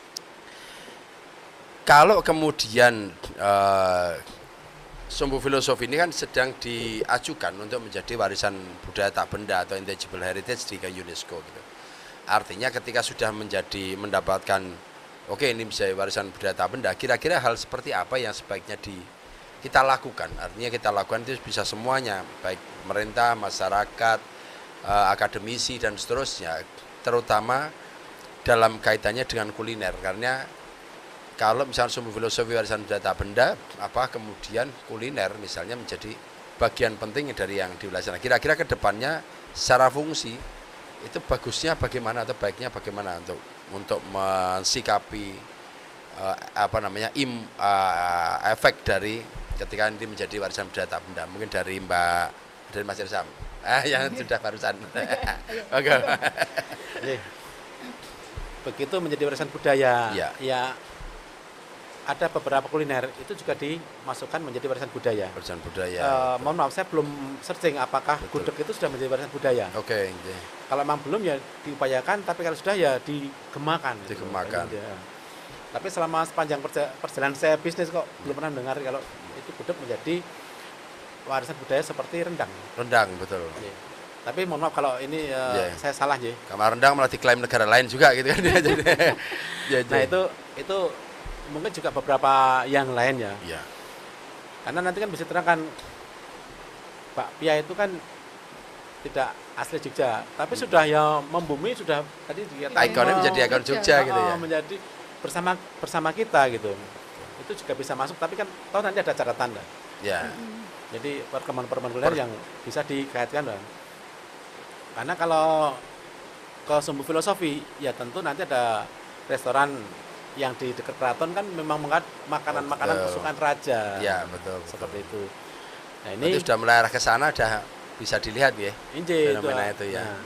Kalau kemudian eh, sumbu filosofi ini kan sedang diajukan untuk menjadi warisan budaya tak benda atau intangible heritage di ke UNESCO gitu. Artinya ketika sudah menjadi mendapatkan oke ini bisa warisan budaya tak benda, kira-kira hal seperti apa yang sebaiknya di kita lakukan? Artinya kita lakukan itu bisa semuanya, baik pemerintah, masyarakat, eh, akademisi dan seterusnya, terutama dalam kaitannya dengan kuliner. Karena kalau misalnya sumbu filosofi warisan budaya tak benda, apa kemudian kuliner misalnya menjadi bagian penting dari yang dilaksanakan. Kira-kira ke depannya secara fungsi itu bagusnya bagaimana atau baiknya bagaimana untuk untuk mensikapi uh, apa namanya im uh, efek dari ketika ini menjadi warisan budaya tak benda. Mungkin dari Mbak dari Mas Irsam ah yang sudah barusan. Oke. Oke. Begitu menjadi warisan budaya, Iya. ya ada beberapa kuliner itu juga dimasukkan menjadi warisan budaya. Warisan budaya. Eh, mohon maaf, saya belum searching apakah Betul. gudeg itu sudah menjadi warisan budaya. Oke, oke. Kalau memang belum ya diupayakan, tapi kalau sudah ya digemakan. gitu. Digemakan. Ya. Tapi selama sepanjang perja- perjalanan saya bisnis kok belum pernah dengar kalau itu gudeg menjadi warisan budaya seperti rendang. Rendang betul. Ya. Tapi mohon maaf kalau ini eh, Iya. saya salah ya. Kamar rendang malah diklaim negara lain juga gitu kan. Jadi, ya, Nah itu itu mungkin juga beberapa yang lain ya. ya. Karena nanti kan bisa terangkan bakpia itu kan tidak asli Jogja, tapi sudah ya membumi sudah tadi dikatakan Ikonnya oh, menjadi ikon Jogja. Jogja gitu ya. oh, menjadi bersama bersama kita gitu. Itu juga bisa masuk, tapi kan tahu nanti ada catatan dah. Ya. Jadi perkembangan-perkembangan kuliner yang bisa dikaitkan Bang. Karena kalau ke sumbu filosofi ya tentu nanti ada restoran yang di dekat keraton kan memang mengangkat makanan-makanan Betul. kesukaan raja. Ya, betul, betul. Seperti itu. Nah, ini Berarti sudah mulai arah ke sana udah bisa dilihat ya. inje fenomena itu ya. Nah,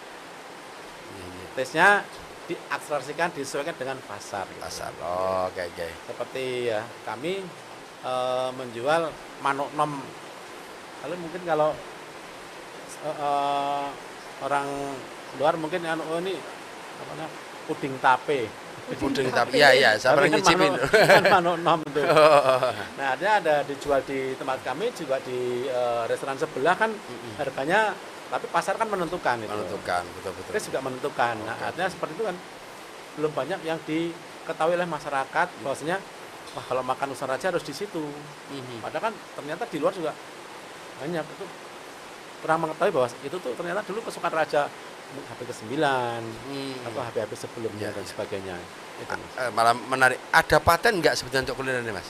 Iya, iya. tesnya diakselerasikan disesuaikan dengan pasar. gitu. Pasar. Oh, oke oke. Seperti ya kami eh, menjual manuk nom. Kalau mungkin kalau eh, eh, orang luar mungkin anu oh ini apa namanya puding tape. Puding tapi ya ya, saya pernah Tapi kan nyicipin. manuk- kan manuk nom itu. Oh, Nah, ada ada dijual di tempat kami juga di eh, restoran sebelah kan harganya tapi pasar kan menentukan itu. menentukan betul betul. Terus juga menentukan. Nah, Oke. artinya seperti itu kan belum banyak yang diketahui oleh masyarakat bahwasanya wah kalau makan usaha raja harus di situ. Mhm. Padahal kan ternyata di luar juga banyak itu kurang mengetahui bahwa itu tuh ternyata dulu kesukaan raja H P kesembilan Hmm. atau H P-H P sebelumnya Ya, dan ya. sebagainya. Itu, Mas. Eh, malah menarik. Ada paten nggak sebetulnya untuk kuliner ini, Mas?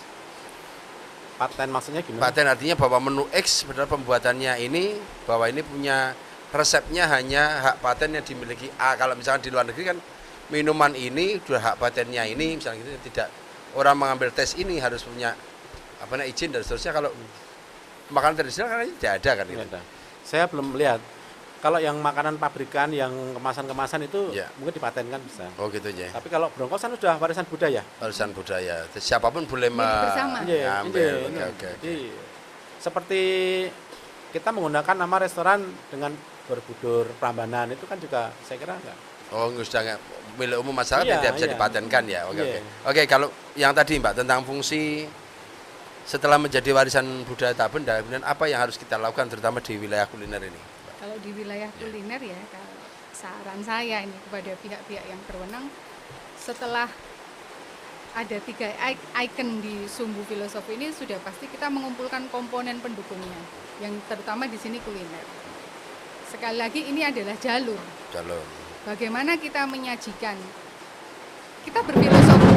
Paten maksudnya gimana? Paten artinya bahwa menu X sebenarnya pembuatannya ini bahwa ini punya resepnya hanya hak paten yang dimiliki A. Kalau misalkan di luar negeri kan minuman ini sudah hak patennya ini misalnya gitu, tidak orang mengambil tes ini harus punya apa namanya izin dan seterusnya. Kalau makanan tradisional kan tidak ada kan gitu. Ada. Saya belum melihat. Kalau yang makanan pabrikan, yang kemasan-kemasan itu Ya. mungkin dipatenkan bisa. Oh gitu aja. Tapi kalau brongkos kan sudah warisan budaya. Warisan budaya. Siapapun boleh Milik bersama. Iya, mengambil. iya, Oke iya. oke. Jadi seperti kita menggunakan nama restoran dengan Borobudur Prambanan itu kan juga saya kira enggak. Oh, sudah nggak milik umum masyarakat Iya, tidak bisa iya. dipatenkan ya. Oke Iya. oke. Oke, kalau yang tadi Mbak tentang fungsi setelah menjadi warisan budaya tak benda, kemudian apa yang harus kita lakukan terutama di wilayah kuliner ini? Kalau di wilayah kuliner ya, kalau saran saya ini kepada pihak-pihak yang berwenang, setelah ada tiga i- icon di Sumbu Filosofi ini sudah pasti kita mengumpulkan komponen pendukungnya, yang terutama di sini kuliner. Sekali lagi ini adalah jalur. Jalur. Bagaimana kita menyajikan? Kita berfilosofi.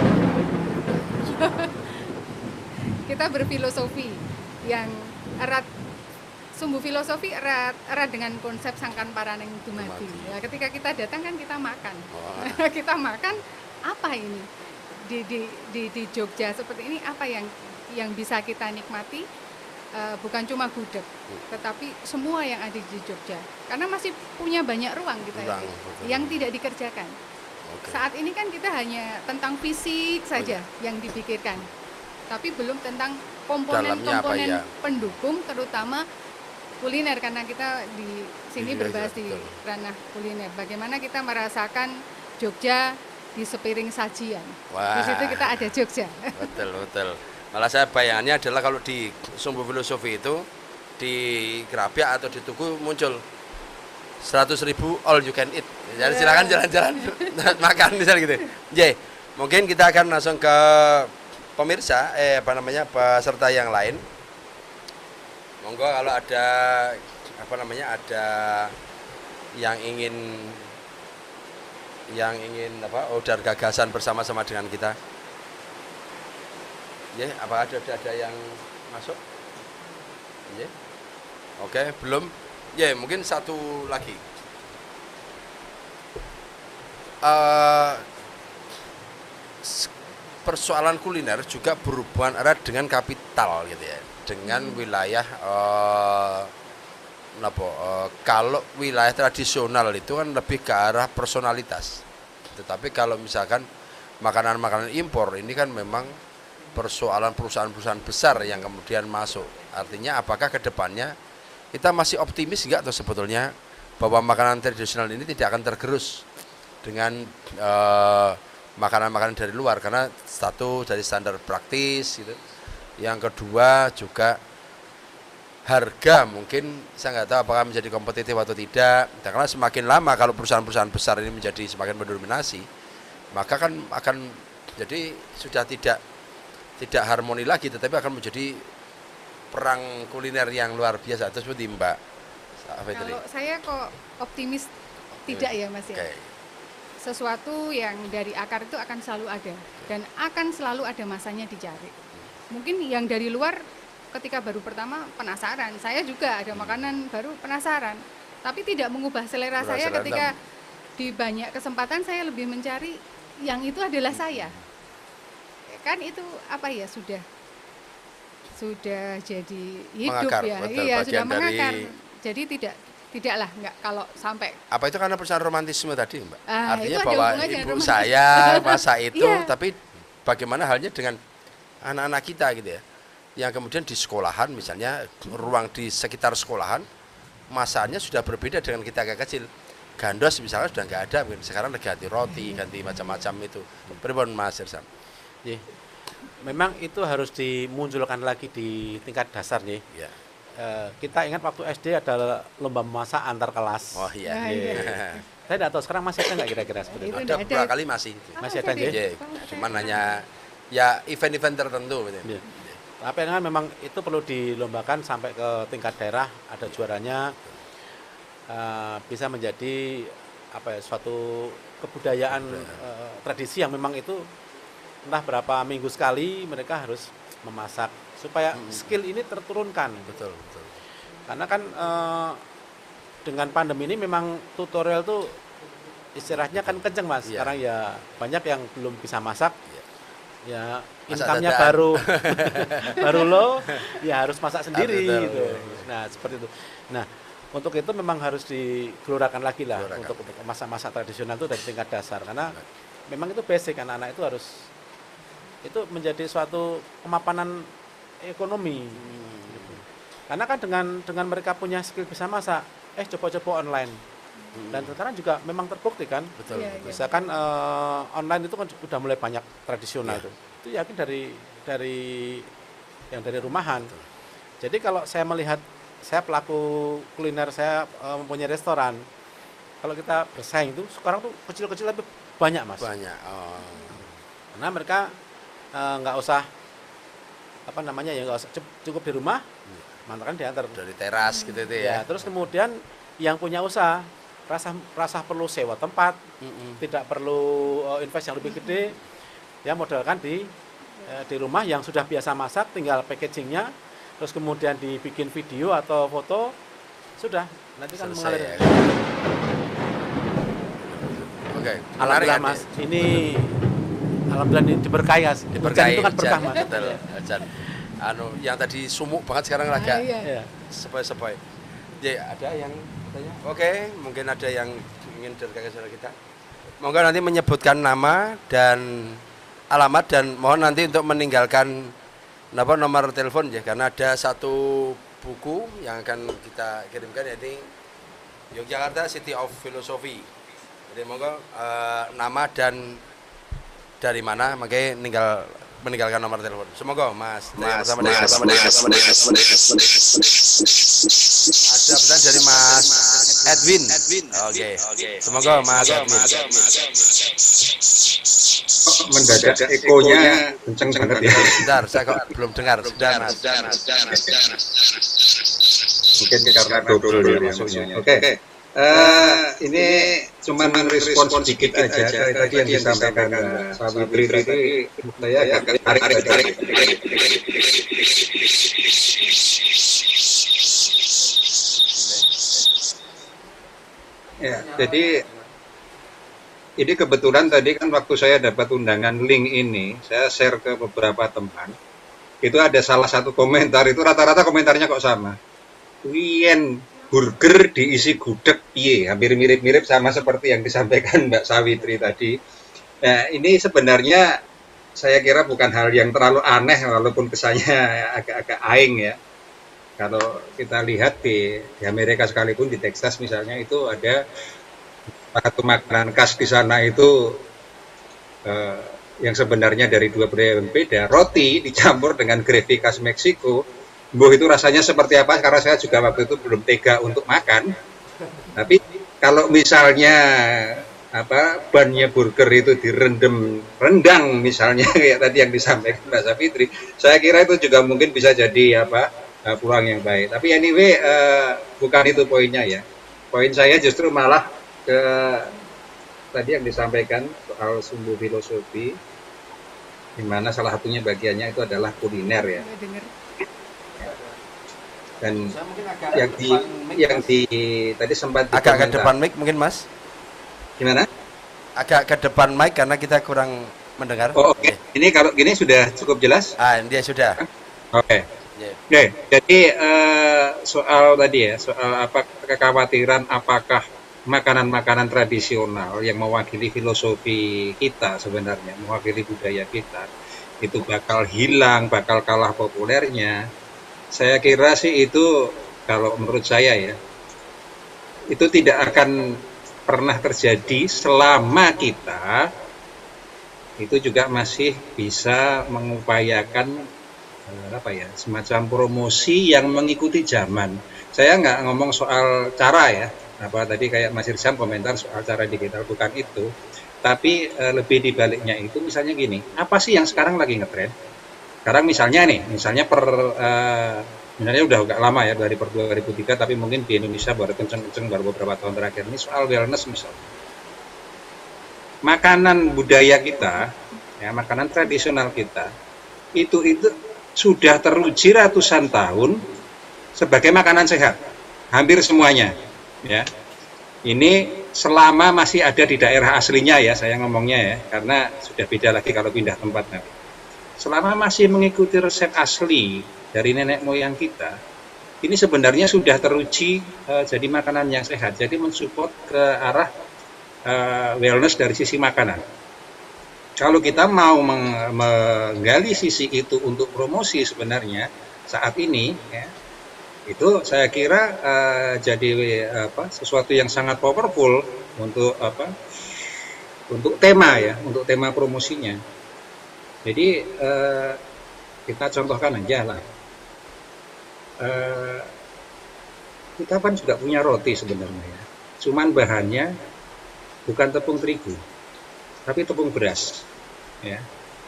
Kita berfilosofi yang erat. Sumbu Filosofi erat, erat dengan konsep sangkan paraneng dumadi. Dumadi. Ya, ketika kita datang kan kita makan. Oh. Kita makan apa ini di, di di di Jogja seperti ini, apa yang yang bisa kita nikmati? Uh, bukan cuma gudeg, tetapi semua yang ada di Jogja. Karena masih punya banyak ruang kita Ruang, ini, betul. yang tidak dikerjakan. Oke. Saat ini kan kita hanya tentang fisik saja yang dipikirkan, tapi belum tentang Dalamnya apa komponen-komponen ya? pendukung, terutama kuliner, karena kita di sini Iya, berbahas iya, di betul. ranah kuliner. Bagaimana kita merasakan Jogja di sepiring sajian. Wah. Di situ kita ada Jogja. Betul betul. Malah saya bayangannya adalah kalau di Sumbu Filosofi itu di Kerapiak atau di Tugu muncul seratus ribu all you can eat. Jadi Ya. silakan jalan-jalan makan misalnya gitu. Ye, mungkin kita akan langsung ke pemirsa, eh apa namanya peserta yang lain. Monggo kalau ada apa namanya ada yang ingin yang ingin apa odar gagasan bersama-sama dengan kita. Ya, apa ada ada, ada yang masuk? Ya. Oke, belum. Ya, mungkin satu lagi. Eh, s- persoalan kuliner juga berhubungan erat dengan kapital gitu ya, dengan wilayah eh, apa, eh, kalau wilayah tradisional itu kan lebih ke arah personalitas. Tetapi kalau misalkan makanan-makanan impor ini kan memang persoalan perusahaan-perusahaan besar yang kemudian masuk. Artinya apakah ke depannya kita masih optimis enggak atau sebetulnya bahwa makanan tradisional ini tidak akan tergerus dengan eh, makanan-makanan dari luar, karena satu dari standar praktis gitu. Yang kedua juga harga mungkin saya nggak tahu apakah menjadi kompetitif atau tidak. Dan karena semakin lama kalau perusahaan-perusahaan besar ini menjadi semakin mendominasi, maka kan akan jadi sudah tidak tidak harmoni lagi, tetapi akan menjadi perang kuliner yang luar biasa. Itu seperti Mbak Fitri. Kalau saya kok optimis tidak ya Mas ya. Oke. Sesuatu yang dari akar itu akan selalu ada dan akan selalu ada masanya dicari. Mungkin yang dari luar ketika baru pertama penasaran, saya juga ada makanan baru penasaran, tapi tidak mengubah selera Selera saya selera ketika enam. di banyak kesempatan saya lebih mencari yang itu adalah saya. Kan itu apa ya, sudah sudah jadi hidup Mengakar, ya, betul, iya bagian sudah mengakar. dari- Jadi tidak tidaklah nggak kalau sampai Apa itu karena perusahaan romantisme tadi, Mbak? Ah, Artinya itu ada bahwa hubungannya dengan ibu romantis. saya masa itu, Iya. tapi bagaimana halnya dengan anak-anak kita gitu ya, yang kemudian di sekolahan misalnya ruang di sekitar sekolahan masanya sudah berbeda dengan kita agak kecil. Gandos misalnya sudah nggak ada, mungkin sekarang udah ganti roti, ganti macam-macam itu. Pripun Mas Irsam? Iya. Memang itu harus dimunculkan lagi di tingkat dasar nih. Ya. Eh, kita ingat waktu S D ada lomba memasak antar kelas. Oh iya. Nah, Iya. Saya tidak tahu sekarang masih ada nggak kira-kira seperti itu. Itu Ada nggak ada. beberapa kali masih. Ah, Masih ada, saya nggih? di- Ya, Pak, cuman saya- hanya ya event-event tertentu gitu. Iya. Tapi kan memang itu perlu dilombakan sampai ke tingkat daerah, ada juaranya, eh, bisa menjadi apa ya, suatu kebudayaan eh, tradisi yang memang itu entah berapa minggu sekali mereka harus memasak supaya skill ini terturunkan. Betul, betul. Karena kan eh, dengan pandemi ini memang tutorial tuh istilahnya kan kenceng mas. Iya. Sekarang ya banyak yang belum bisa masak. Iya. Ya Masak income-nya dadaan. baru baru low, ya harus masak sendiri Betul, gitu. iya, iya. Nah seperti itu. Nah untuk itu memang harus digelurakan lagi lah Gelurakan. untuk untuk masak-masak tradisional itu dari tingkat dasar karena memang itu basic, anak-anak itu harus itu menjadi suatu kemapanan ekonomi. Gitu. Karena kan dengan dengan mereka punya skill bisa masak, eh coba-coba online. Dan sekarang juga memang terbukti kan, Betul. Iya, iya. misalkan eh, online itu kan sudah mulai banyak tradisional Iya. itu. Itu yakin dari dari yang dari rumahan. Jadi kalau saya melihat saya pelaku kuliner, saya eh, mempunyai restoran. Kalau kita bersaing itu sekarang tuh kecil-kecil tapi banyak mas. Banyak. Oh. Karena mereka eh, nggak usah apa namanya ya nggak usah cukup, cukup di rumah, makan diantar. Dari teras gitu itu Ya, ya. terus kemudian yang punya usaha rasa rasa perlu sewa tempat, Mm-mm. tidak perlu uh, invest yang lebih gede, ya modalkan di uh, di rumah yang sudah biasa masak, tinggal packagingnya, terus kemudian dibikin video atau foto, sudah nanti kan Selesai mengalir. ya. Oke, menarik Alhamdulillah kan mas, ya? ini alhamdulillah ini diberkahi mas. Hujan Diberkahi itu kan berkah hujan, mas. betul, hujan. Anu yang tadi sumuk banget sekarang agak Ah, iya. Ya. sepoi-sepoi. Ya, ada yang katanya. Oke, mungkin ada yang ingin dari saudara kita. Monggo nanti menyebutkan nama dan alamat dan mohon nanti untuk meninggalkan apa nomor telepon ya karena ada satu buku yang akan kita kirimkan yaitu Yogyakarta City of Philosophy. Jadi monggo eh, nama dan dari mana makanya tinggal meninggalkan nomor telepon. Semoga Mas, Mas, Mas, Mas, Mas, Mas, ada pesan dari Mas Edwin. Oke. Semoga Mas Edwin. Mendadak ekonya kenceng banget ya. Bentar, saya kok belum dengar. Sudah Mas. Mungkin karena double ya maksudnya. Oke. Eh, ini cuma respon sedikit aja dari tadi yang disampaikan Mbak Sawitri tadi saya agak tarik tarik. Ya, jadi ini kebetulan tadi kan waktu saya dapat undangan link ini, saya share ke beberapa teman. Itu ada salah satu komentar itu rata-rata komentarnya kok sama. Wien burger diisi gudeg piye, hampir mirip-mirip sama seperti yang disampaikan Mbak Sawitri tadi. Nah, ini sebenarnya saya kira bukan hal yang terlalu aneh walaupun kesannya agak-agak aing ya. Kalau kita lihat di, di Amerika sekalipun di Texas misalnya itu ada satu makanan khas di sana itu eh, yang sebenarnya dari dua budaya yang beda, roti dicampur dengan gravy khas Meksiko. Boh itu rasanya seperti apa? Karena saya juga waktu itu belum tega untuk makan. Tapi kalau misalnya apa bannya burger itu direndam rendang misalnya kayak tadi yang disampaikan Mbak Safitri, saya kira itu juga mungkin bisa jadi apa uh, peluang yang baik. Tapi anyway uh, bukan itu poinnya ya. Poin saya justru malah ke tadi yang disampaikan soal sumbu filosofi, di mana salah satunya bagiannya itu adalah kuliner ya. Nggak denger. Dan yang di yang di tadi sempat Agak ke dikomentar. depan mic mungkin Mas. Gimana? Agak ke depan mic karena kita kurang mendengar. Oh, oke. Okay. Ini kalau gini sudah cukup jelas? Ah, dia sudah. Oke. Okay. Yeah. Oke, okay. Jadi uh, soal tadi ya, soal apa kekhawatiran apakah makanan-makanan tradisional yang mewakili filosofi kita sebenarnya, mewakili budaya kita, itu bakal hilang, bakal kalah populernya. Saya kira sih itu kalau menurut saya ya, itu tidak akan pernah terjadi selama kita itu juga masih bisa mengupayakan eh, apa ya semacam promosi yang mengikuti zaman. Saya nggak ngomong soal cara ya, apa tadi kayak Mas Irsam komentar soal cara digital, bukan itu. Tapi eh, lebih dibaliknya itu misalnya gini, apa sih yang sekarang lagi ngetren? Sekarang misalnya nih, misalnya per uh, misalnya udah agak lama ya dari per dua ribu tiga, tapi mungkin di Indonesia baru kenceng-kenceng baru beberapa tahun terakhir ini soal wellness misalnya. Makanan budaya kita, ya makanan tradisional kita, itu itu sudah teruji ratusan tahun sebagai makanan sehat, hampir semuanya, ya. Ini selama masih ada di daerah aslinya ya, saya ngomongnya ya, karena sudah beda lagi kalau pindah tempat nanti. Selama masih mengikuti resep asli dari nenek moyang kita, ini sebenarnya sudah teruji uh, jadi makanan yang sehat. Jadi mensupport ke arah uh, wellness dari sisi makanan. Kalau kita mau meng- menggali sisi itu untuk promosi sebenarnya saat ini, ya, itu saya kira uh, jadi apa sesuatu yang sangat powerful untuk apa untuk tema ya, untuk tema promosinya. Jadi uh, kita contohkan aja lah. Uh, kita kan juga punya roti sebenarnya ya. Cuman bahannya bukan tepung terigu, tapi tepung beras ya.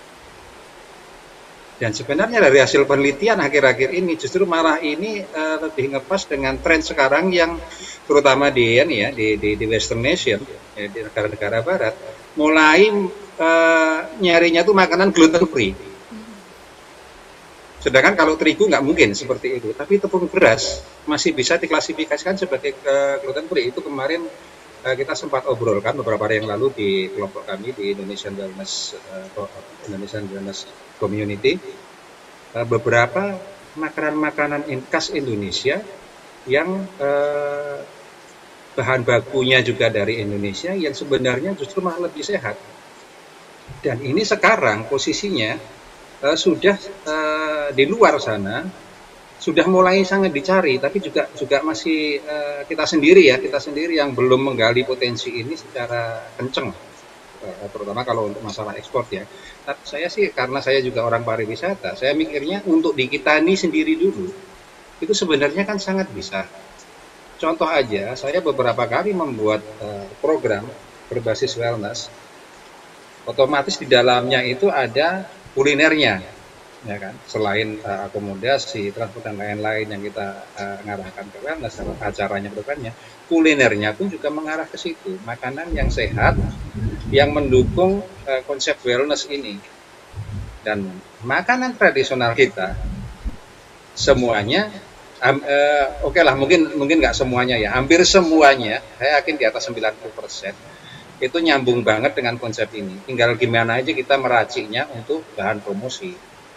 Dan sebenarnya dari hasil penelitian akhir-akhir ini justru malah ini uh, lebih ngepas dengan tren sekarang yang terutama di ya, nih ya di, di, di Western nation ya, di negara-negara Barat mulai uh, nyarinya tuh makanan gluten free. Sedangkan kalau terigu nggak mungkin seperti itu, tapi tepung beras masih bisa diklasifikasikan sebagai uh, gluten free. Itu kemarin uh, kita sempat obrolkan beberapa hari yang lalu di kelompok kami di Indonesian Wellness uh, Indonesian Wellness Community, uh, beberapa makanan-makanan khas Indonesia yang uh, bahan bakunya juga dari Indonesia yang sebenarnya justru malah lebih sehat. Dan ini sekarang posisinya uh, sudah uh, di luar sana sudah mulai sangat dicari, tapi juga juga masih uh, kita sendiri ya kita sendiri yang belum menggali potensi ini secara kenceng, uh, terutama kalau untuk masalah ekspor ya. Tapi saya sih karena saya juga orang pariwisata, saya mikirnya untuk di kita ini sendiri dulu itu sebenarnya kan sangat bisa. Contoh aja, saya beberapa kali membuat uh, program berbasis wellness, otomatis di dalamnya itu ada kulinernya, ya kan. Selain uh, akomodasi, transport dan lain-lain yang kita uh, ngarahkan ke wellness, acaranya kedepannya, kulinernya pun juga mengarah ke situ, makanan yang sehat, yang mendukung uh, konsep wellness ini. Dan makanan tradisional kita semuanya, um, uh, oke okay lah mungkin mungkin nggak semuanya ya, hampir semuanya, saya yakin di atas sembilan puluh persen itu nyambung banget dengan konsep ini. Tinggal gimana aja kita meraciknya untuk bahan promosi.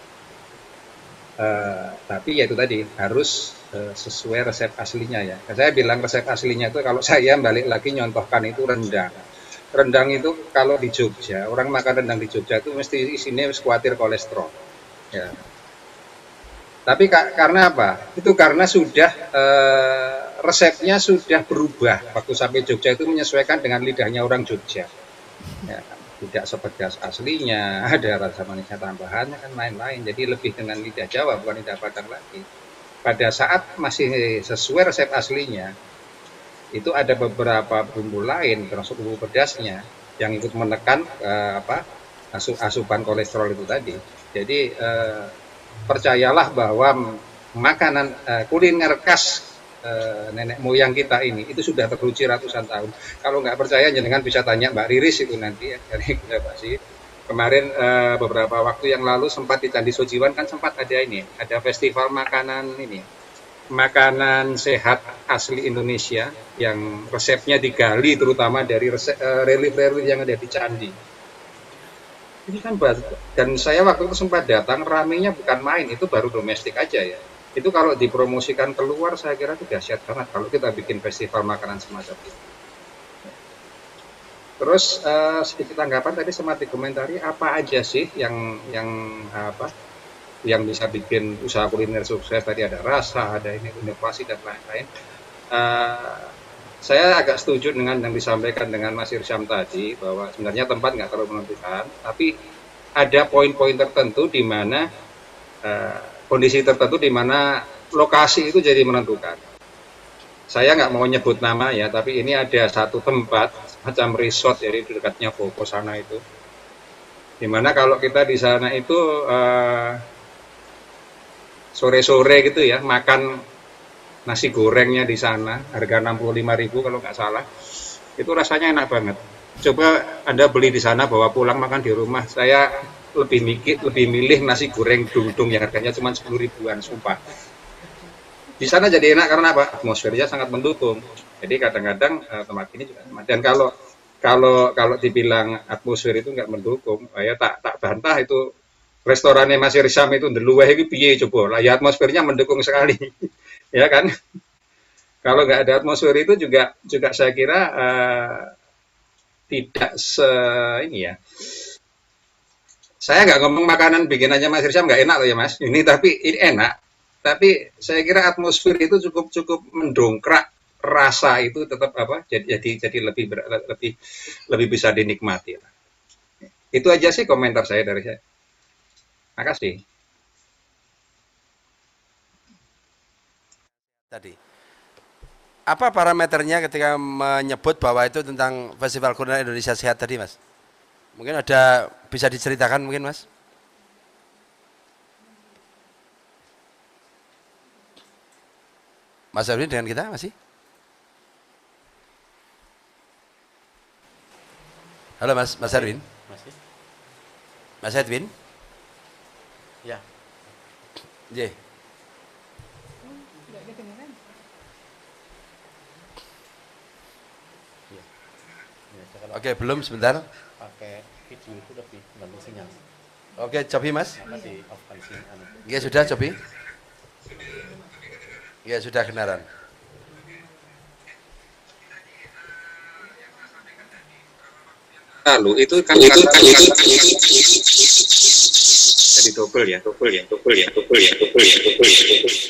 Uh, tapi ya itu tadi harus uh, sesuai resep aslinya ya. Saya bilang resep aslinya itu kalau saya balik lagi nyontohkan itu rendang. Rendang itu kalau di Jogja, orang makan rendang di Jogja itu mesti isinya khawatir kolesterol. Ya. Tapi ka karena apa? Itu karena sudah uh, resepnya sudah berubah. Waktu sampai Jogja itu menyesuaikan dengan lidahnya orang Jogja. Ya. Tidak sepedas aslinya, ada rasa manisnya tambahannya kan lain-lain. Jadi lebih dengan lidah Jawa bukan lidah Padang lagi. Pada saat masih sesuai resep aslinya, itu ada beberapa bumbu lain termasuk bumbu pedasnya yang ikut menekan eh, apa asup asupan kolesterol itu tadi. Jadi eh, percayalah bahwa makanan eh, kuliner khas eh, nenek moyang kita ini itu sudah teruji ratusan tahun. Kalau nggak percaya jangan bisa tanya Mbak Riris itu nanti ya dari Basi. Kemarin eh, beberapa waktu yang lalu sempat di Candi Sojiwan kan sempat ada ini, ada festival makanan ini, makanan sehat asli Indonesia yang resepnya digali terutama dari resep, uh, relief-relief yang ada di candi. Ini kan dan saya waktu itu sempat datang, ramenya bukan main, itu baru domestik aja ya. Itu kalau dipromosikan keluar saya kira itu dahsyat banget kalau kita bikin festival makanan semacam itu. Terus uh, sedikit tanggapan tadi sempat dikomentari apa aja sih yang yang apa yang bisa bikin usaha kuliner sukses. Tadi ada rasa, ada ini inovasi dan lain-lain. Uh, saya agak setuju dengan yang disampaikan dengan Mas Irsyam tadi bahwa sebenarnya tempat nggak terlalu menentukan, tapi ada poin-poin tertentu di mana uh, kondisi tertentu di mana lokasi itu jadi menentukan. Saya nggak mau nyebut nama ya, tapi ini ada satu tempat macam resort jadi di dekatnya Popo sana itu, dimana kalau kita di sana itu uh, sore-sore gitu ya, makan nasi gorengnya di sana, harga enam puluh lima ribu kalau nggak salah, itu rasanya enak banget. Coba Anda beli di sana, bawa pulang makan di rumah. Saya lebih mikir, lebih milih nasi goreng dung-dung yang harganya cuma sepuluh ribuan, sumpah. Di sana jadi enak karena apa? Atmosfernya sangat mendukung. Jadi kadang-kadang uh, tempat ini juga enak. Dan kalau kalau kalau dibilang atmosfer itu nggak mendukung, saya tak tak bantah itu restorannya Mas Irsam itu ndeluweh iki piye coba. Lah ya atmosfernya mendukung sekali. Ya kan? Kalau nggak ada atmosfer itu juga juga saya kira uh, tidak se ini ya. Saya nggak ngomong makanan bikinannya Mas Irsam nggak enak loh ya Mas. Ini tapi ini enak. Tapi saya kira atmosfer itu cukup cukup mendongkrak rasa itu tetap apa? Jadi jadi, jadi lebih ber, lebih lebih bisa dinikmati. Itu aja sih komentar saya dari saya. Makasih. Tadi. Apa parameternya ketika menyebut bahwa itu tentang Festival Kuliner Indonesia Sehat tadi, Mas? Mungkin ada bisa diceritakan mungkin, Mas? Mas Erwin dengan kita masih? Halo Mas, Mas Erwin. Masih? Mas Edwin? Ya. Ye. Nggak kedengeran. Ya. Ya, saya kalau Oke, belum sebentar. pakai video itu lebih mengganggu sinyal. Oke, cobi Mas. Maka di off kan sinyal. Ya sudah, cobi. Ya sudah kenaran. Lalu itu kan itu kan itu jadi double ya, double ya, double ya, double ya, double ya, double ya.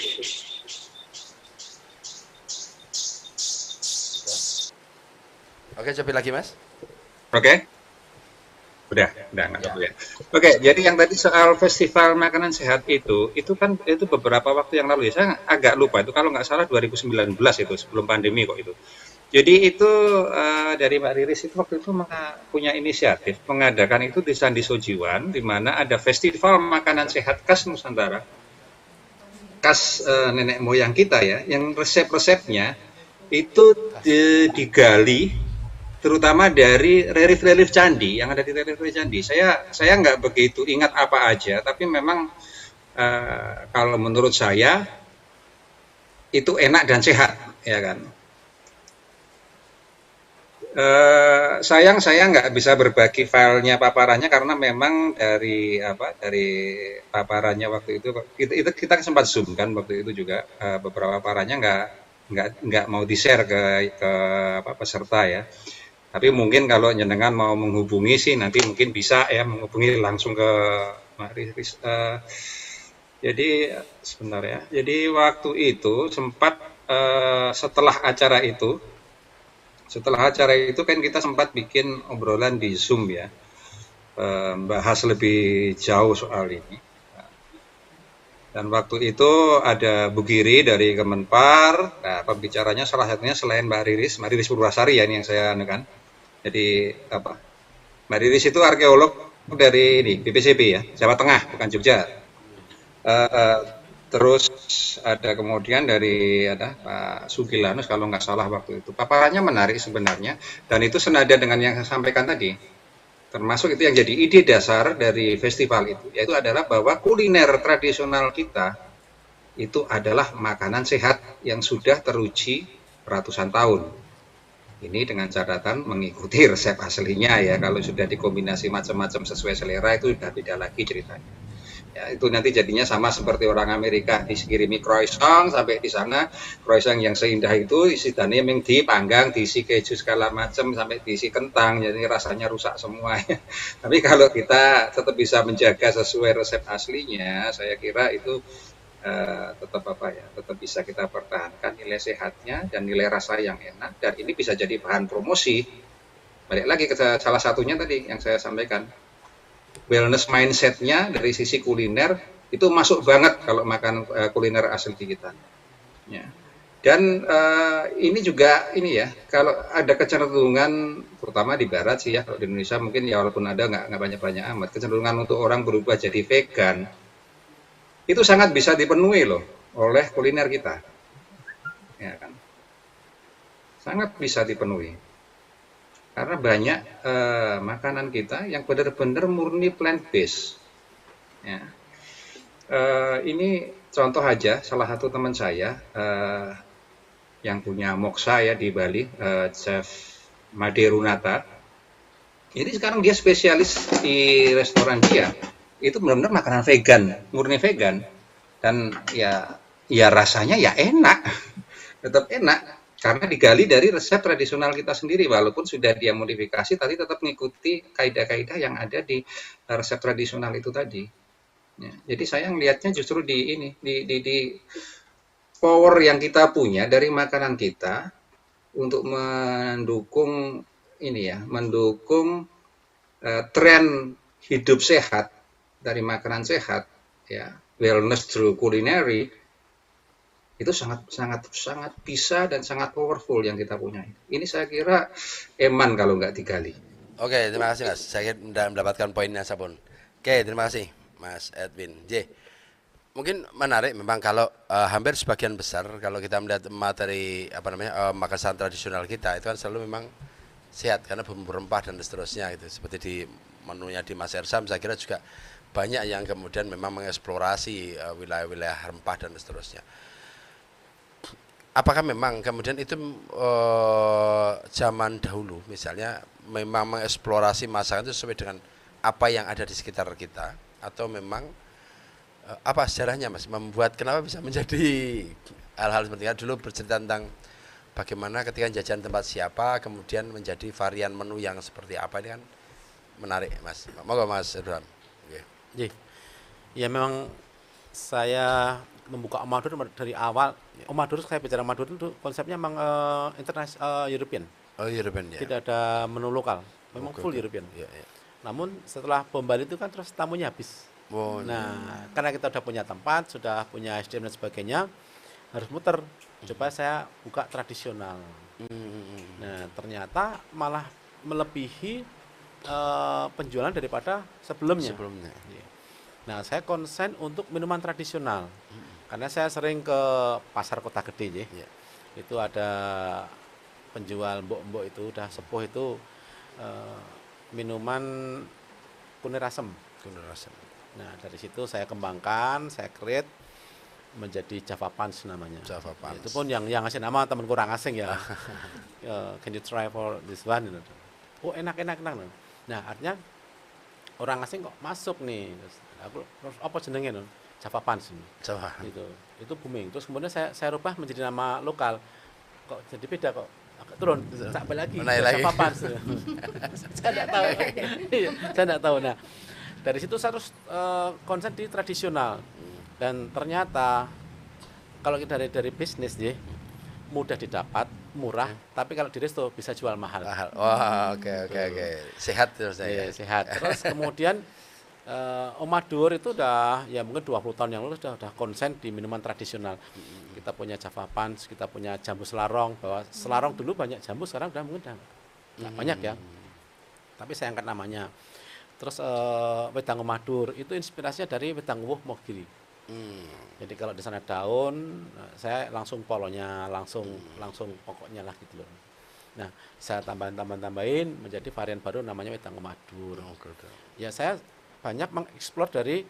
Oke, cobi lagi Mas. Oke. Udah, udah nggak tahu ya. Oke, jadi yang tadi soal festival makanan sehat itu, itu kan itu beberapa waktu yang lalu ya. Saya agak lupa itu kalau nggak salah dua ribu sembilan belas itu sebelum pandemi kok itu. Jadi itu uh, dari Mbak Riris itu waktu itu punya inisiatif mengadakan itu di Candi Sojiwan, di mana ada festival makanan sehat khas Nusantara, khas uh, nenek moyang kita ya, yang resep-resepnya itu di, digali terutama dari relief-relief candi yang ada di relief-relief candi. Saya saya nggak begitu ingat apa aja, tapi memang uh, kalau menurut saya itu enak dan sehat, ya kan. Uh, sayang saya nggak bisa berbagi filenya paparannya karena memang dari apa dari paparannya waktu itu itu, itu kita sempat zoom kan waktu itu juga uh, beberapa paparannya nggak nggak nggak mau di share ke ke apa peserta ya. Tapi mungkin kalau jenengan mau menghubungi sih nanti mungkin bisa ya menghubungi langsung ke Mbak Riris. Uh, jadi sebentar ya. Jadi waktu itu sempat uh, setelah acara itu, setelah acara itu kan kita sempat bikin obrolan di Zoom ya, uh, bahas lebih jauh soal ini. Dan waktu itu ada Bu Giri dari Kemenpar, nah pembicaranya salah satunya selain Mbak Riris, Mbak Riris Purwasari ya ini yang saya anukan. Jadi apa? Mbak Riris itu arkeolog dari ini B P C B ya, Jawa Tengah bukan Jogja. Uh, uh, terus ada kemudian dari ada Pak Sugilanus kalau nggak salah waktu itu. Paparannya menarik sebenarnya dan itu senada dengan yang saya sampaikan tadi. Termasuk itu yang jadi ide dasar dari festival itu, yaitu adalah bahwa kuliner tradisional kita itu adalah makanan sehat yang sudah teruji ratusan tahun. Ini dengan catatan mengikuti resep aslinya ya, kalau sudah dikombinasi macam-macam sesuai selera itu sudah beda lagi ceritanya. Ya, itu nanti jadinya sama seperti orang Amerika dikirimi croissant sampai di sana croissant yang seindah itu isi dane yang dipanggang diisi keju segala macam sampai diisi kentang jadi rasanya rusak semua ya. Tapi kalau kita tetap bisa menjaga sesuai resep aslinya saya kira itu uh, tetap apa ya tetap bisa kita pertahankan nilai sehatnya dan nilai rasa yang enak dan ini bisa jadi bahan promosi. Balik lagi ke salah satunya tadi yang saya sampaikan, wellness mindset-nya dari sisi kuliner itu masuk banget kalau makan uh, kuliner asli kita. Ya. Dan uh, ini juga ini ya, kalau ada kecenderungan, terutama di Barat sih ya, kalau di Indonesia mungkin ya walaupun ada nggak nggak banyak-banyak amat, kecenderungan untuk orang berubah jadi vegan, itu sangat bisa dipenuhi loh oleh kuliner kita, ya kan? Sangat bisa dipenuhi. Karena banyak uh, makanan kita yang benar-benar murni plant based. Ya. Uh, ini contoh aja, salah satu teman saya eh, yang punya Moksa ya di Bali, eh, Chef Made Runata. Ini sekarang dia spesialis di restoran dia. Itu benar-benar makanan vegan, murni vegan. Dan ya ya rasanya ya enak. Tetap enak karena digali dari resep tradisional kita sendiri, walaupun sudah dia modifikasi tapi tetap mengikuti kaidah-kaidah yang ada di resep tradisional itu tadi. Ya, jadi saya ngelihatnya justru di ini di, di, di power yang kita punya dari makanan kita untuk mendukung ini ya, mendukung uh, tren hidup sehat dari makanan sehat ya, wellness through culinary, itu sangat sangat sangat bisa dan sangat powerful yang kita punya. Ini saya kira eman kalau nggak digali. Oke, terima kasih Mas. Saya sudah mendapatkan poinnya Sabun. Oke, terima kasih Mas Edwin. J. Mungkin menarik memang kalau uh, hampir sebagian besar kalau kita melihat materi apa namanya uh, makanan tradisional kita itu kan selalu memang sehat karena bumbu rempah dan seterusnya gitu. Seperti di menunya di Mas Ersam saya kira juga banyak yang kemudian memang mengeksplorasi uh, wilayah-wilayah rempah dan seterusnya. Apakah memang kemudian itu uh, zaman dahulu misalnya memang mengeksplorasi masakan itu sesuai dengan apa yang ada di sekitar kita atau memang uh, apa sejarahnya Mas membuat kenapa bisa menjadi hal-hal seperti itu? Dulu bercerita tentang bagaimana ketika jajan tempat siapa kemudian menjadi varian menu yang seperti apa, ini kan menarik Mas. Monggo Mas Edwin. Okay. Ya memang saya membuka Omadur dari awal. Omadur, saya bicara Omadur itu konsepnya memang uh, internasional uh, European. Oh, European ya. Tidak ada menu lokal. Memang Oke, full oke. European. Ya, ya. Namun setelah bom Bali itu kan terus tamunya habis. Oh, Nah, karena kita sudah punya tempat, sudah punya S D M dan sebagainya, harus muter. Coba saya buka tradisional. hmm. Nah, ternyata malah melebihi uh, penjualan daripada sebelumnya. Sebelumnya. Iya. Nah, saya konsen untuk minuman tradisional. Karena saya sering ke pasar Kota Gede, ya. Iya. Itu ada penjual mbok-mbok itu udah sepuh itu uh, minuman kunir asem. Kunir asem. Nah, dari situ saya kembangkan, saya create menjadi Java Punch namanya. Java Punch. Itu pun yang yang ngasih nama teman kurang asing ya. uh, can you try for this one? Oh, enak-enak enak. Nah, artinya orang asing kok masuk nih. Terus aku terus apa jenenge no? Java Punch. Java. Itu itu booming. Terus kemudian saya saya rubah menjadi nama lokal. Kok jadi beda kok. Turun, sampai lagi. Java Punch. Saya enggak tahu. Saya enggak tahu. Nah, dari situ saya terus uh, konsen di tradisional. Dan ternyata kalau kita dari dari bisnis ya mudah didapat, murah, tapi kalau di resto bisa jual mahal. Mahal. Wah, oke oke oke. Sehat terus saya. Iya, sehat. Terus kemudian uh, Omadur itu udah ya mungkin dua puluh tahun yang lalu sudah udah konsen di minuman tradisional. Kita punya Java Punch, kita punya jambu selarong, bahwa selarong dulu banyak jambu, sekarang udah mungkin udah nggak banyak ya. Tapi saya angkat namanya. Terus uh, wedang Omadur itu inspirasinya dari wedang wuh Mogiri. Hmm. Jadi kalau di sana daun, saya langsung polonya, langsung hmm. langsung pokoknya lah gitu loh. Nah, saya tambahin tambahin tambahin menjadi varian baru namanya wedang Omadur. Oh, okay, okay. Ya saya banyak mengeksplor dari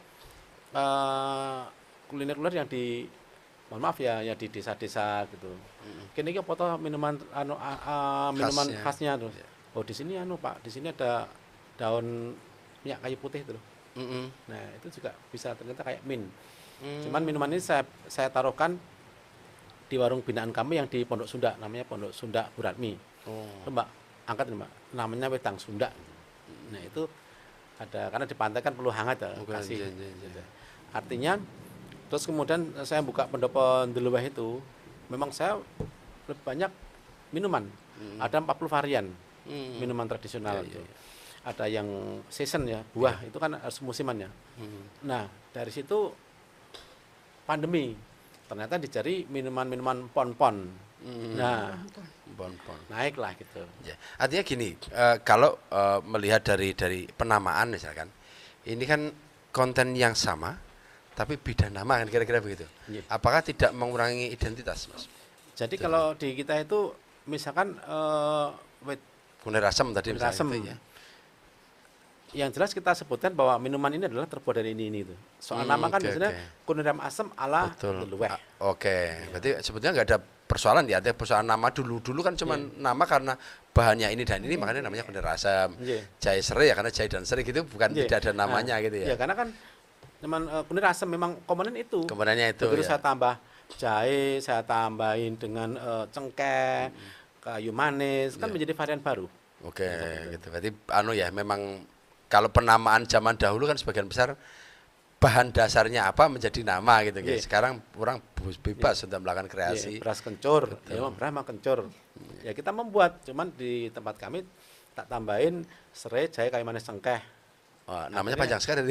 uh, kuliner-kuliner yang di, mohon maaf ya, ya di desa-desa gitu. Hmm. Kini apa toh minuman anu uh, uh, minuman khasnya, khasnya tuh. Yeah. Oh di sini anu Pak, di sini ada daun minyak kayu putih itu loh. Mm-hmm. Nah itu juga bisa ternyata kayak min. Mm. Cuman minuman ini saya saya taruhkan di warung binaan kami yang di Pondok Sunda, namanya Pondok Sunda Buratmi. Oh. Mbak angkat Mbak, namanya wedang Sunda. Nah itu ada karena di pantai kan perlu hangat ya, Bukan, kasih. jen, jen, jen. Artinya terus kemudian saya buka pendopo Ndeluwah itu, memang saya lebih banyak minuman. Mm. Ada empat puluh varian mm. minuman tradisional yeah, itu. yeah, yeah. Ada yang season ya, buah yeah. itu kan harus musimannya. Hmm. Nah, dari situ pandemi ternyata dicari minuman-minuman pon-pon. Hmm. Nah, pon-pon. Naiklah gitu. Ya. Artinya gini, uh, kalau uh, melihat dari dari penamaan misalkan, ini kan konten yang sama, tapi beda nama kan kira-kira begitu. Yeah. Apakah tidak mengurangi identitas, Mas? Jadi Jadi kalau di kita itu misalkan uh, kunir asem tadi misalnya asem itu, ya. yang jelas kita sebutkan bahwa minuman ini adalah terbuat dari ini ini itu. Soal Hmm, nama kan oke, biasanya oke. kunirem asam ala Betul. leluweh. Ah, Oke, berarti sebetulnya nggak ada persoalan ya, ada persoalan nama dulu. Dulu kan cuma nama karena bahannya ini dan ini, makanya namanya kunir asam. Iya. Jahe serai ya karena jahe dan serai gitu, bukan Iya. tidak ada namanya Nah, gitu Ya ya. karena kan cuman uh, kunir asam memang komponen itu. Komponennya itu Begitu ya. saya tambah jahe, saya tambahin dengan uh, cengkeh, kayu manis, kan Iya. menjadi varian baru. Oke, gitu. Berarti anu ya, memang kalau penamaan zaman dahulu kan sebagian besar bahan dasarnya apa menjadi nama gitu. Iya. guys. Sekarang orang bu- bebas untuk melakukan Iya, kreasi. beras kencur, ya mah beras mah kencur. Ya kita membuat, cuman di tempat kami tak tambahin serai, jahe, kayu manis, cengkeh. Wah, namanya Akhirnya- panjang sekali.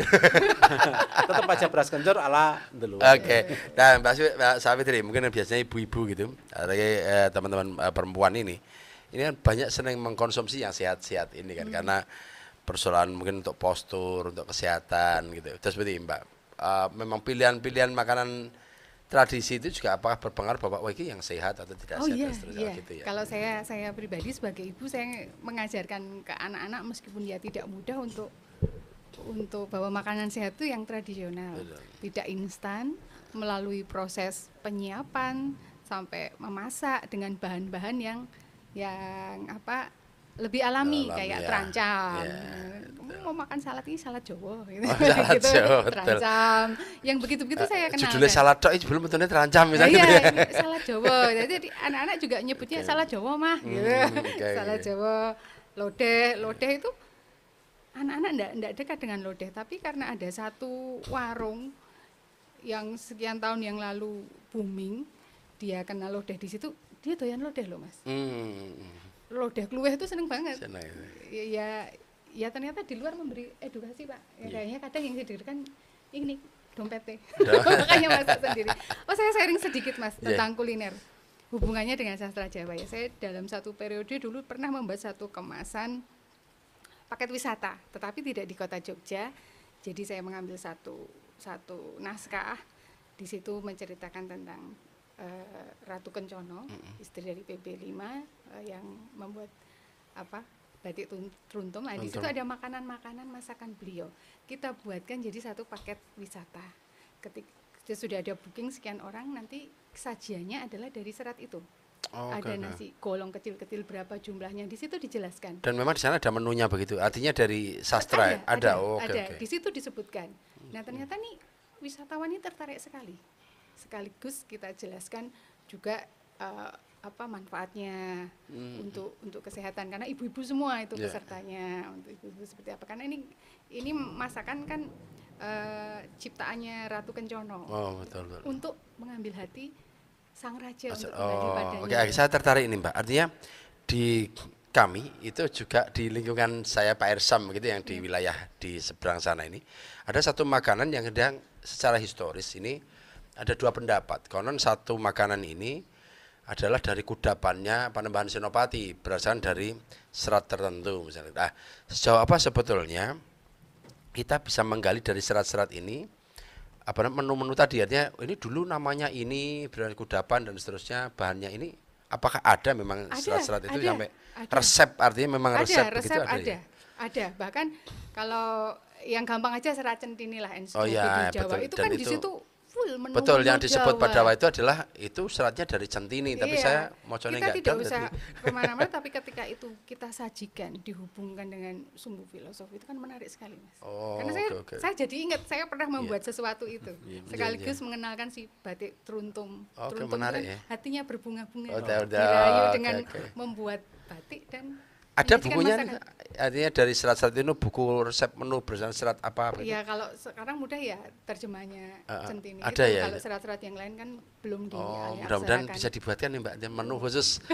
Tetap aja beras kencur ala dulu. Oke, nah Mbak Swi- Mbak Sawitri, mungkin biasanya ibu-ibu gitu, atau eh, teman-teman eh, perempuan ini, ini kan banyak senang mengkonsumsi yang sehat-sehat ini kan, karena persoalan mungkin untuk postur, untuk kesehatan gitu. Terus seperti ini, Mbak, eh, memang pilihan-pilihan makanan tradisi itu juga apakah berpengaruh bahwa wah ini yang sehat atau tidak Oh sehat iya, dan seterusnya iya. gitu ya? Kalau saya saya pribadi sebagai ibu, saya mengajarkan ke anak-anak meskipun ya tidak mudah untuk untuk bahwa makanan sehat itu yang tradisional, Betul. tidak instan, melalui proses penyiapan sampai memasak dengan bahan-bahan yang yang apa lebih alami, Alami, kayak ya. terancam. Ya, Kamu mau makan salad ini salad Jawa gitu. Oh, salad gitu, Jawa, betul. terancam. Yang begitu-begitu saya kenalkan. Judulnya salad tok, itu belum tentunya terancam Nah, misalnya iya, gitu ya. ini salad Jawa. Jadi anak-anak juga nyebutnya Oke. salad Jawa mah gitu. Hmm, oke, Salad oke. Jawa, lodeh, lodeh itu anak-anak enggak enggak dekat dengan lodeh, tapi karena ada satu warung yang sekian tahun yang lalu booming, dia kenal lodeh di situ, dia doyan lodeh loh, Mas. Hmm, Lodeh kluweh itu seneng banget. senang itu. Ya, ya, ya ternyata di luar memberi edukasi, Pak. Ya, Iya. kayaknya kadang yang didirkan ini dompetnya. Makanya masak sendiri. Oh, saya sharing sedikit, Mas, Iya. tentang kuliner. Hubungannya dengan sastra Jawa ya. Saya dalam satu periode dulu pernah membuat satu kemasan paket wisata, tetapi tidak di kota Jogja. Jadi saya mengambil satu satu naskah, di situ menceritakan tentang eh, Ratu Kencono, istri dari P B lima eh, yang membuat apa batik tun- truntum. Nah, di situ Truntum. ada makanan-makanan masakan beliau. Kita buatkan jadi satu paket wisata. Ketika sudah ada booking sekian orang, nanti sajiannya adalah dari serat itu. Oh, oke, ada oke. nasi golong kecil-kecil berapa jumlahnya, di situ dijelaskan. Dan memang di sana ada menunya begitu. Artinya dari sastra ya? Ada. Oh, oke ada. oke. Di situ disebutkan. Nah, ternyata nih wisatawan ini tertarik sekali. Sekaligus kita jelaskan juga eh, apa manfaatnya untuk untuk kesehatan, karena ibu-ibu semua itu Ya. pesertanya, untuk ibu-ibu seperti apa? Karena ini ini masakan kan eh, ciptaannya Ratu Kencono Oh, betul betul. untuk mengambil hati sang raja untuk Oh, mengabdi oke, padanya. saya tertarik ini Mbak. Artinya di kami itu juga di lingkungan saya Pak Ersam gitu yang di wilayah di seberang sana ini ada satu makanan yang sedang secara historis ini ada dua pendapat. Konon satu makanan ini adalah dari kudapannya Panembahan Senopati berdasarkan dari serat tertentu misalnya. Nah, sejauh apa sebetulnya kita bisa menggali dari serat-serat ini apa namanya, menu-menu tadi artinya ini dulu namanya ini berarti kudapan dan seterusnya bahannya ini apakah ada memang Ada, serat-serat itu ada, sampai ada. resep artinya memang Ada, resep, resep, begitu ada, ada, ya? ada. Bahkan kalau yang gampang aja serat centini lah, Oh iya, ensiklopedia Jawa betul. itu Dan kan di itu- situ full menu. Betul yang menu disebut Jawa. pada waktu itu adalah itu seratnya dari centini tapi Iya. saya moconya kita enggak tidak ada, usah jadi- kemana-mana, tapi ketika itu kita sajikan dihubungkan dengan sumbu filosofi itu kan menarik sekali, Mas. Oh, Karena saya oke, oke. saya jadi ingat saya pernah membuat sesuatu itu, Iya, sekaligus iya. mengenalkan si batik truntum. Oke, Truntum menarik kan ya. hatinya berbunga-bunga, Oh, udah, udah, dirayu oke, dengan oke. membuat batik dan ada menyajikan bukunya masakan. artinya dari serat-serat itu buku resep menu berdasarkan serat apa begitu? Iya, kalau sekarang mudah ya terjemahnya Uh, centini ada itu. ya? Kalau serat-serat yang lain kan belum di Oh, aliaksarakan. mudah-mudahan bisa dibuatkan nih Mbak, ada menu khusus.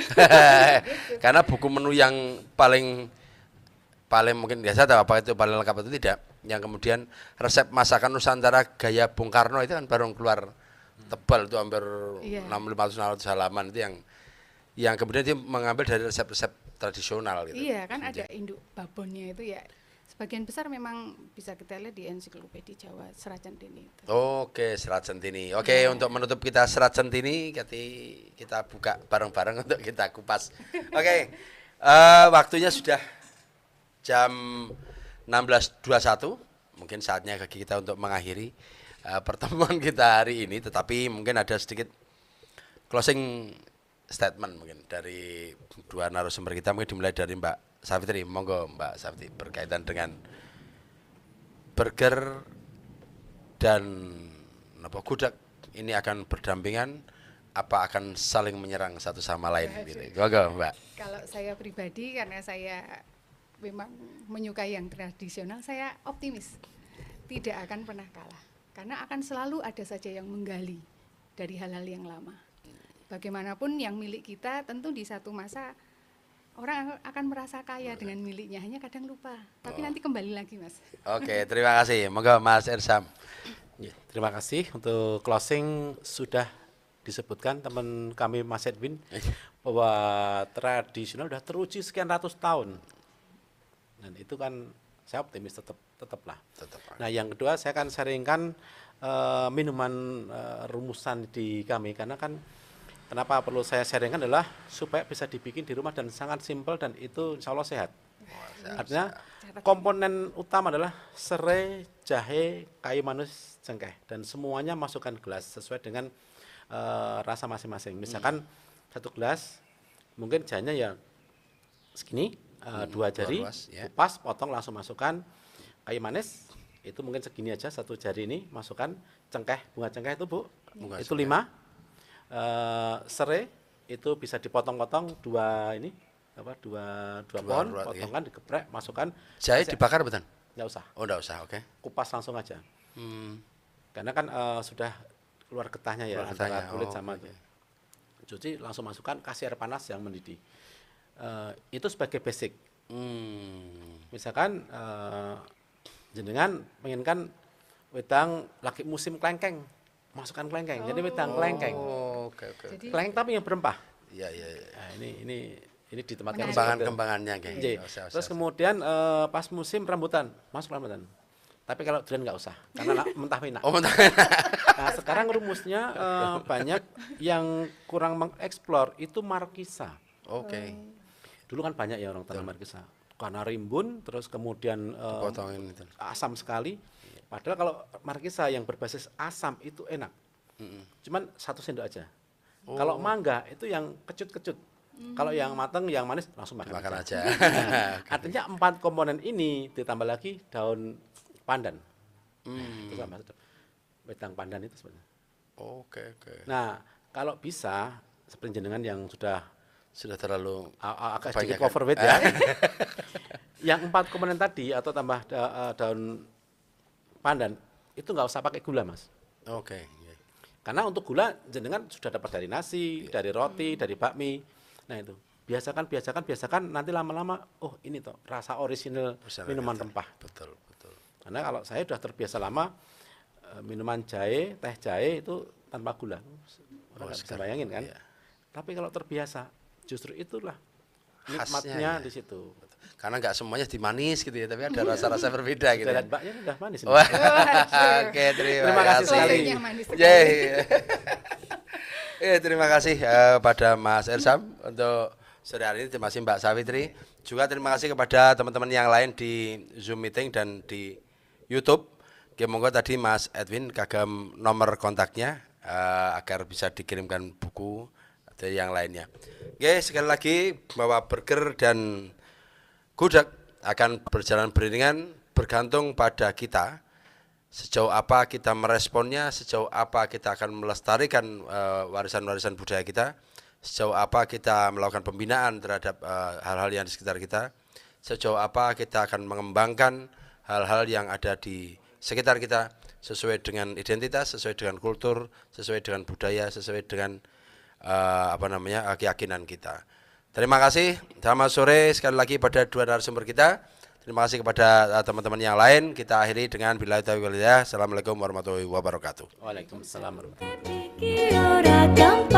Karena buku menu yang paling paling mungkin biasa atau apa itu paling lengkap itu tidak. Yang kemudian resep masakan Nusantara gaya Bung Karno itu kan baru keluar tebal itu hampir Iya. enam ribu lima ratus enam ratus halaman itu yang yang kemudian dia mengambil dari resep-resep tradisional gitu. Iya, kan ada induk babonnya itu ya. Sebagian besar memang bisa kita lihat di ensiklopedia Jawa serat centini itu. Oke, serat centini. Oke, Ya. untuk menutup kita serat centini, kita kita buka bareng-bareng untuk kita kupas. Oke, eh, waktunya sudah jam enam belas dua puluh satu. Mungkin saatnya bagi kita untuk mengakhiri uh, pertemuan kita hari ini, tetapi mungkin ada sedikit closing statement mungkin dari dua narasumber kita, mungkin dimulai dari Mbak Savitri. Monggo Mbak Savitri, berkaitan dengan burger dan apa gudeg ini akan berdampingan, apa akan saling menyerang satu sama lain gitu. Monggo Mbak. Kalau saya pribadi, karena saya memang menyukai yang tradisional, saya optimis tidak akan pernah kalah, karena akan selalu ada saja yang menggali dari hal-hal yang lama. Bagaimanapun yang milik kita, tentu di satu masa orang akan merasa kaya dengan miliknya, hanya kadang lupa, tapi oh. nanti kembali lagi Mas. Oke, terima kasih. Monggo Mas Irsam. Ya, terima kasih. Untuk closing sudah disebutkan teman kami Mas Edwin bahwa tradisional sudah teruji sekian ratus tahun, dan itu kan saya optimis tetap tetaplah. Tetap. Nah yang kedua saya akan sharingkan uh, minuman uh, rumusan di kami, karena kan kenapa perlu saya sharingkan adalah supaya bisa dibikin di rumah dan sangat simpel, dan itu insya Allah sehat. Oh, artinya komponen utama adalah serai, jahe, kayu manis, cengkeh, dan semuanya masukkan gelas sesuai dengan uh, rasa masing-masing. Misalkan hmm. satu gelas mungkin jahenya ya segini, uh, hmm, dua jari, luas, ya. Kupas, potong, langsung masukkan. Kayu manis itu mungkin segini aja, satu jari ini masukkan. Cengkeh, bunga cengkeh itu Bu, bunga itu lima. Uh, serai itu bisa dipotong-potong dua ini apa dua dua, dua pohon, ruat, potongkan, ya. Digeprek, masukkan. Jahe dibakar betul? Nggak usah. Oh nggak usah, oke. Okay. Kupas langsung aja. Hmm. Karena kan uh, sudah keluar getahnya ya, keluar antara getahnya. Kulit oh, sama okay. Cuci, langsung masukkan, kasih air panas yang mendidih. Uh, itu sebagai basic. Hmm. Misalkan uh, jenengan menginginkan wedang lagi musim klengkeng, masukkan klengkeng. Oh. Jadi wedang klengkeng. Oh, oke okay, oke. Okay, klengkeng tapi yang berempah. Iya iya. Ya. Nah, ini ini ini ditempatkan kembangan-kembangannya kayak. Gitu. Oh, terus kemudian uh, pas musim rambutan, masuk rambutan. Tapi kalau durian nggak usah, karena mentah enak. Oh, mentah enak. Nah, sekarang rumusnya uh, banyak yang kurang mengeksplor itu markisa. Oke. Okay. Dulu kan banyak ya orang tanam markisa. Karena rimbun, terus kemudian uh, asam sekali. Padahal kalau markisa yang berbasis asam itu enak. Mm-hmm. Cuman satu sendok aja. Oh. Kalau mangga itu yang kecut-kecut. Mm. Kalau yang matang, yang manis langsung makan, makan aja. aja. Nah, okay. Artinya empat komponen ini ditambah lagi daun pandan. Mm. Itu sama wedang pandan itu sebenarnya. Oke okay, oke. Okay. Nah kalau bisa seperti jenengan yang sudah sudah terlalu agak sedikit overweight ya. Yang empat komponen tadi atau tambah da, daun pandan itu nggak usah pakai gula Mas. Oke. Okay. Karena untuk gula jenengan sudah dapat dari nasi, yeah. dari roti, hmm. dari bakmi. Nah itu biasakan, biasakan, biasakan. Nanti lama-lama, oh ini toh rasa orisinal minuman betul, rempah. Betul, betul. Karena kalau saya sudah terbiasa lama minuman jahe, teh jahe itu tanpa gula, orang nggak oh, bisa bayangin kan. Yeah. Tapi kalau terbiasa, justru itulah nikmatnya ya. Di situ. Karena nggak semuanya dimanis gitu ya, tapi ada rasa-rasa berbeda gitu. Dan mbaknya udah manis. Oke, okay, terima, terima kasih sekali. Yeah. Eh, terima kasih uh, pada Mas Irsam untuk sore hari ini. Terima kasih Mbak Savitri. Juga terima kasih kepada teman-teman yang lain di Zoom meeting dan di YouTube. Oke, monggo tadi Mas Edwin kagam nomor kontaknya uh, agar bisa dikirimkan buku atau yang lainnya. Oke, sekali lagi bahwa burger dan gudeg akan berjalan beriringan, bergantung pada kita. Sejauh apa kita meresponnya, sejauh apa kita akan melestarikan uh, warisan-warisan budaya kita, sejauh apa kita melakukan pembinaan terhadap uh, hal-hal yang di sekitar kita, sejauh apa kita akan mengembangkan hal-hal yang ada di sekitar kita sesuai dengan identitas, sesuai dengan kultur, sesuai dengan budaya, sesuai dengan uh, apa namanya keyakinan kita. Terima kasih. Selamat sore sekali lagi pada dua narasumber kita. Terima kasih kepada uh, teman-teman yang lain. Kita akhiri dengan billahi taufiq wal hidayah. Assalamualaikum warahmatullahi wabarakatuh. Waalaikumsalam warahmatullahi wabarakatuh.